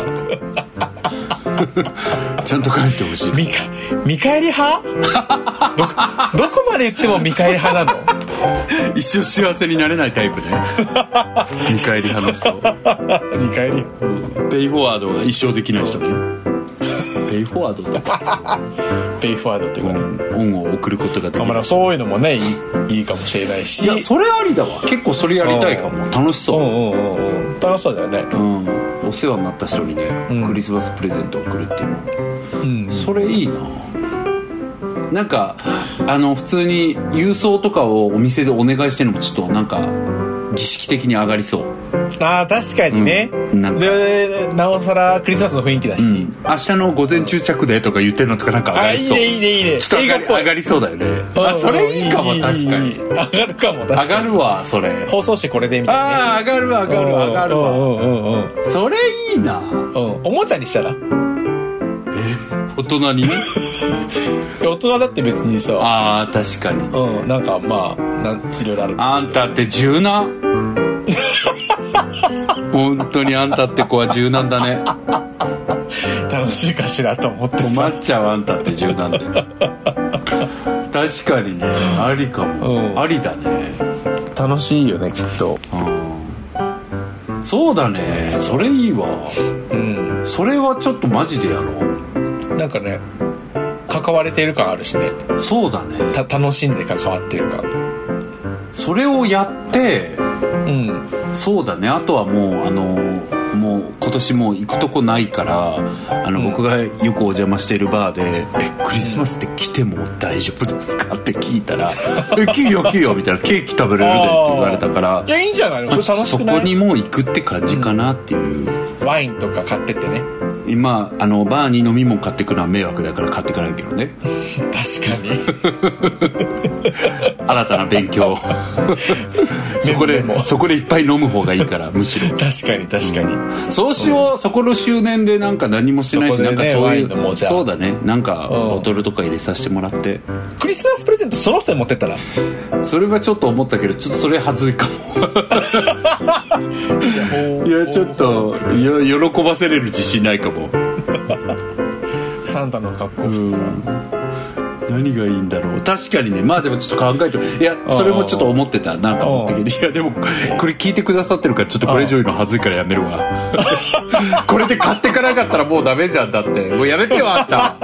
ちゃんと返してほしい。 見返り派どこまで言っても見返り派なの？ 一生幸せになれないタイプね。見返り派の人。 見返り、 ペイフォワードが一生できない人ね。ペイフォワードってペイフォワードっていうかね、 恩を送ることができる。 そういうのもね、いいかもしれないし。 いや、それありだわ。結構それやりたいかも。楽しそう。 楽しそうだよね。 お世話になった人にね、クリスマスプレゼントを送るっていうの、それいいな。なんか普通に郵送とかをお店でお願いしてるのもちょっとなんか儀式的に上がりそう。 確かにね、でなおさらクリスマスの雰囲気だし、 明日の午前中着でとか言ってるのとかなんか上がりそう。 いいねちょっと上がりそうだよね。それいいかも。確かに上がるかも。 上がるわ。それ放送紙これでみたいな。 上がるわ。それいいな。 おもちゃにしたら大人にね。 大人だって別にさ。 確かに。 なんかまあいろいろある。 あんたって柔軟。本当にあんたって子は柔軟だね。 楽しいかしらと思ってさ。 困っちゃう。あんたって柔軟で。確かにね。ありかも。ありだね。 楽しいよね、きっと。 そうだね。それいいわ。それはちょっとマジでやろう。 なんかね、関われている感あるしね。 そうだね。 楽しんで関わってる感。 それをやって、そうだね。あとはもうもう今年もう行くとこないから僕がよくお邪魔しているバーでクリスマスって来ても大丈夫ですかって聞いたら来るよみたいな、ケーキ食べれるでって言われたから、 いやいいんじゃないの。それ楽しくない？ そこにもう行くって感じかなっていう。 ワインとか買ってってね。 今バーに飲み物買ってくのは迷惑だから買ってかないけどね。 確かに新たな勉強そこでいっぱい飲む方がいいから、むしろ。 確かに確かに、 そうしよう。そこの周年でなんか何もしてないし、 そこでね、 なんかそういうワインのそうだね、なんかボトルとか入れさせてもらって、 クリスマスプレゼントその人に持ってったら。 それはちょっと思ったけど、ちょっとそれはずいかもいやちょっと喜ばせれる自信ないかもサンタの格好してさ、 何がいいんだろう。確かにね。まあでもちょっと考えて、いやそれもちょっと思ってた。なんか思ったけど、いやでもこれ聞いてくださってるから、ちょっとこれ以上言うのはずいからやめるわこれで買ってかなかったらもうダメじゃん。だってもうやめてよあんた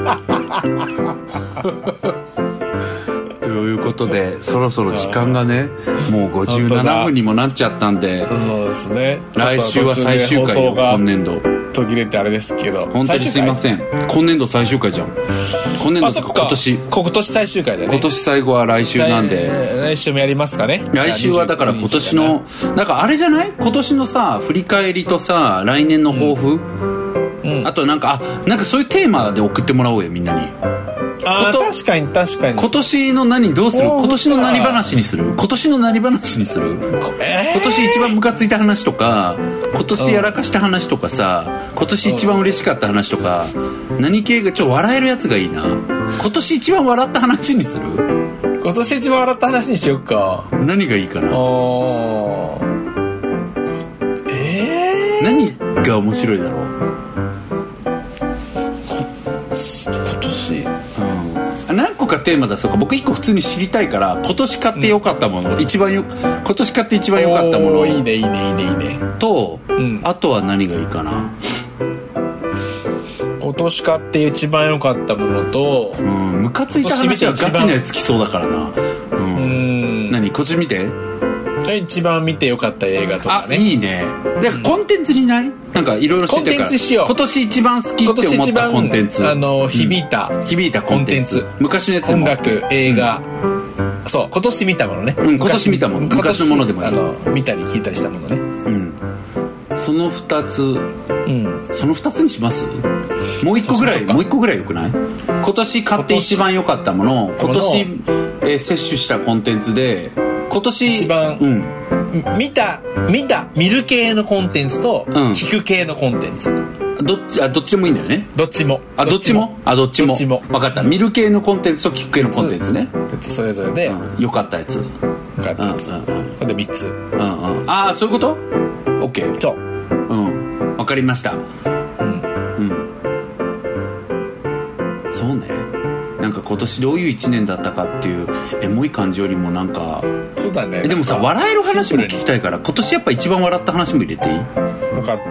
ということで、そろそろ時間がねもう57分にもなっちゃったんで、 そうですね、 来週は最終回よ、今年度途切れてあれですけど、 本当にすいません。今年度最終回じゃん。今年度今年最終回だよね。 今年最後は来週なんで、 来週もやりますかね。 来週はだから今年のなんかあれじゃない、今年のさ振り返りとさ来年の抱負、あとなんかそういうテーマで送ってもらおうよ、みんなに。 確かに今年の何どうする、今年の何話にする、今年の何話にする、今年一番ムカついた話とか、今年やらかした話とかさ、今年一番嬉しかった話とか、何系がちょっと笑えるやつがいいな。今年一番笑った話にする。 今年一番笑った話にしようか。 何がいいかな。何が面白いだろう。 今年何個かテーマ出そうか。僕1個普通に知りたいから、今年買ってよかったもの、今年買って一番よかったもの、 いいねと、あとは何がいいかな。 今年買って一番良かったものと、 ムカついた話はガチなやつきそうだからな。何、こっち見て。 一番見て良かった映画とかね。 いいね。でコンテンツにない、なんかいろいろ知ってるから、 コンテンツしよう。 今年一番好きって思ったコンテンツ、 響いたコンテンツ、昔のやつでも、 音楽、映画、そう今年見たものね。 今年見たもの、昔のものでもいい。 見たり聞いたりしたものね。 その2つ、その2つにします。もう1個ぐらいよくない。今年買って一番良かったもの、今年摂取したコンテンツで、今年一番、見る系のコンテンツと、聞く系のコンテンツ、 どっちもいいんだよね。 どっちも分かった。見る系のコンテンツと聞く系のコンテンツね。 それぞれで良かったやつ、 これで3つ。 ああそういうこと。 OK。 そう、 分かりました。そうね。なんか今年どういう1年だったかっていうエモい感じよりも、なんかそうだね。 でもさ、笑える話も聞きたいから、今年やっぱ一番笑った話も入れていい？ 分かった。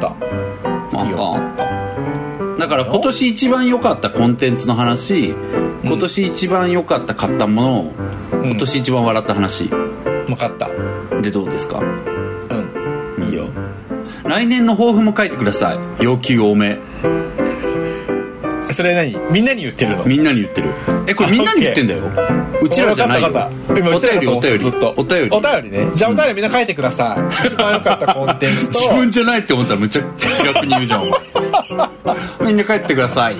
だから今年一番良かったコンテンツの話、今年一番良かった買ったもの、今年一番笑った話、 分かったでどうですか？ いいよ。 来年の抱負も書いてください。要求多め。 それ何、みんなに言ってるの？ みんなに言ってる。これみんなに言ってんだよ。うちらじゃないよ。お便りね。じゃあお便りみんな書いてください。一番良かったコンテンツと。 自分じゃないって思ったらむっちゃ気楽に言うじゃんみんな書いてください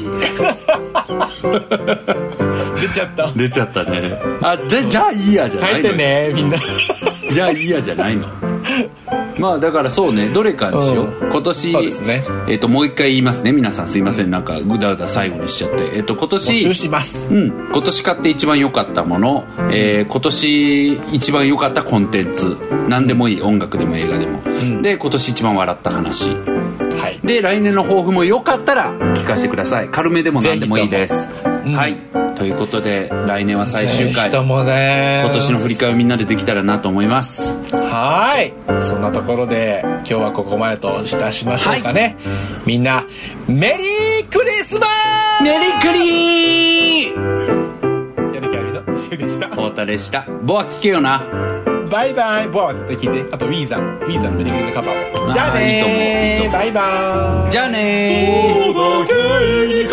出ちゃったね。じゃあいいやじゃないの。 書いてねみんなじゃあいいやじゃないの。まあだからそうね、どれかにしよう。今年そうですね。もう一回言いますね、皆さんすいません、なんかぐだぐだ最後にしちゃって。今年募集します。 今年買って一番良かったもの、今年一番良かったコンテンツ、何でもいい、音楽でも映画でも、で今年一番笑った話、で来年の抱負もよかったら聞かせてください。軽めでも何でもいいです。はい、ということで来年は最終回、今年の振り返りをみんなでできたらなと思います。 はい、そんなところで今日はここまでといたしましょうかね。みんなメリークリスマス。 メリークリー。 やる気ありのシュウでした。 太田でした。ボア聞けよな。 バイバイ。ボアは絶対聞いて。あとウィーザーのメリークリのカバーも。じゃあねー。 いいと思う。 バイバイ。 じゃあねー。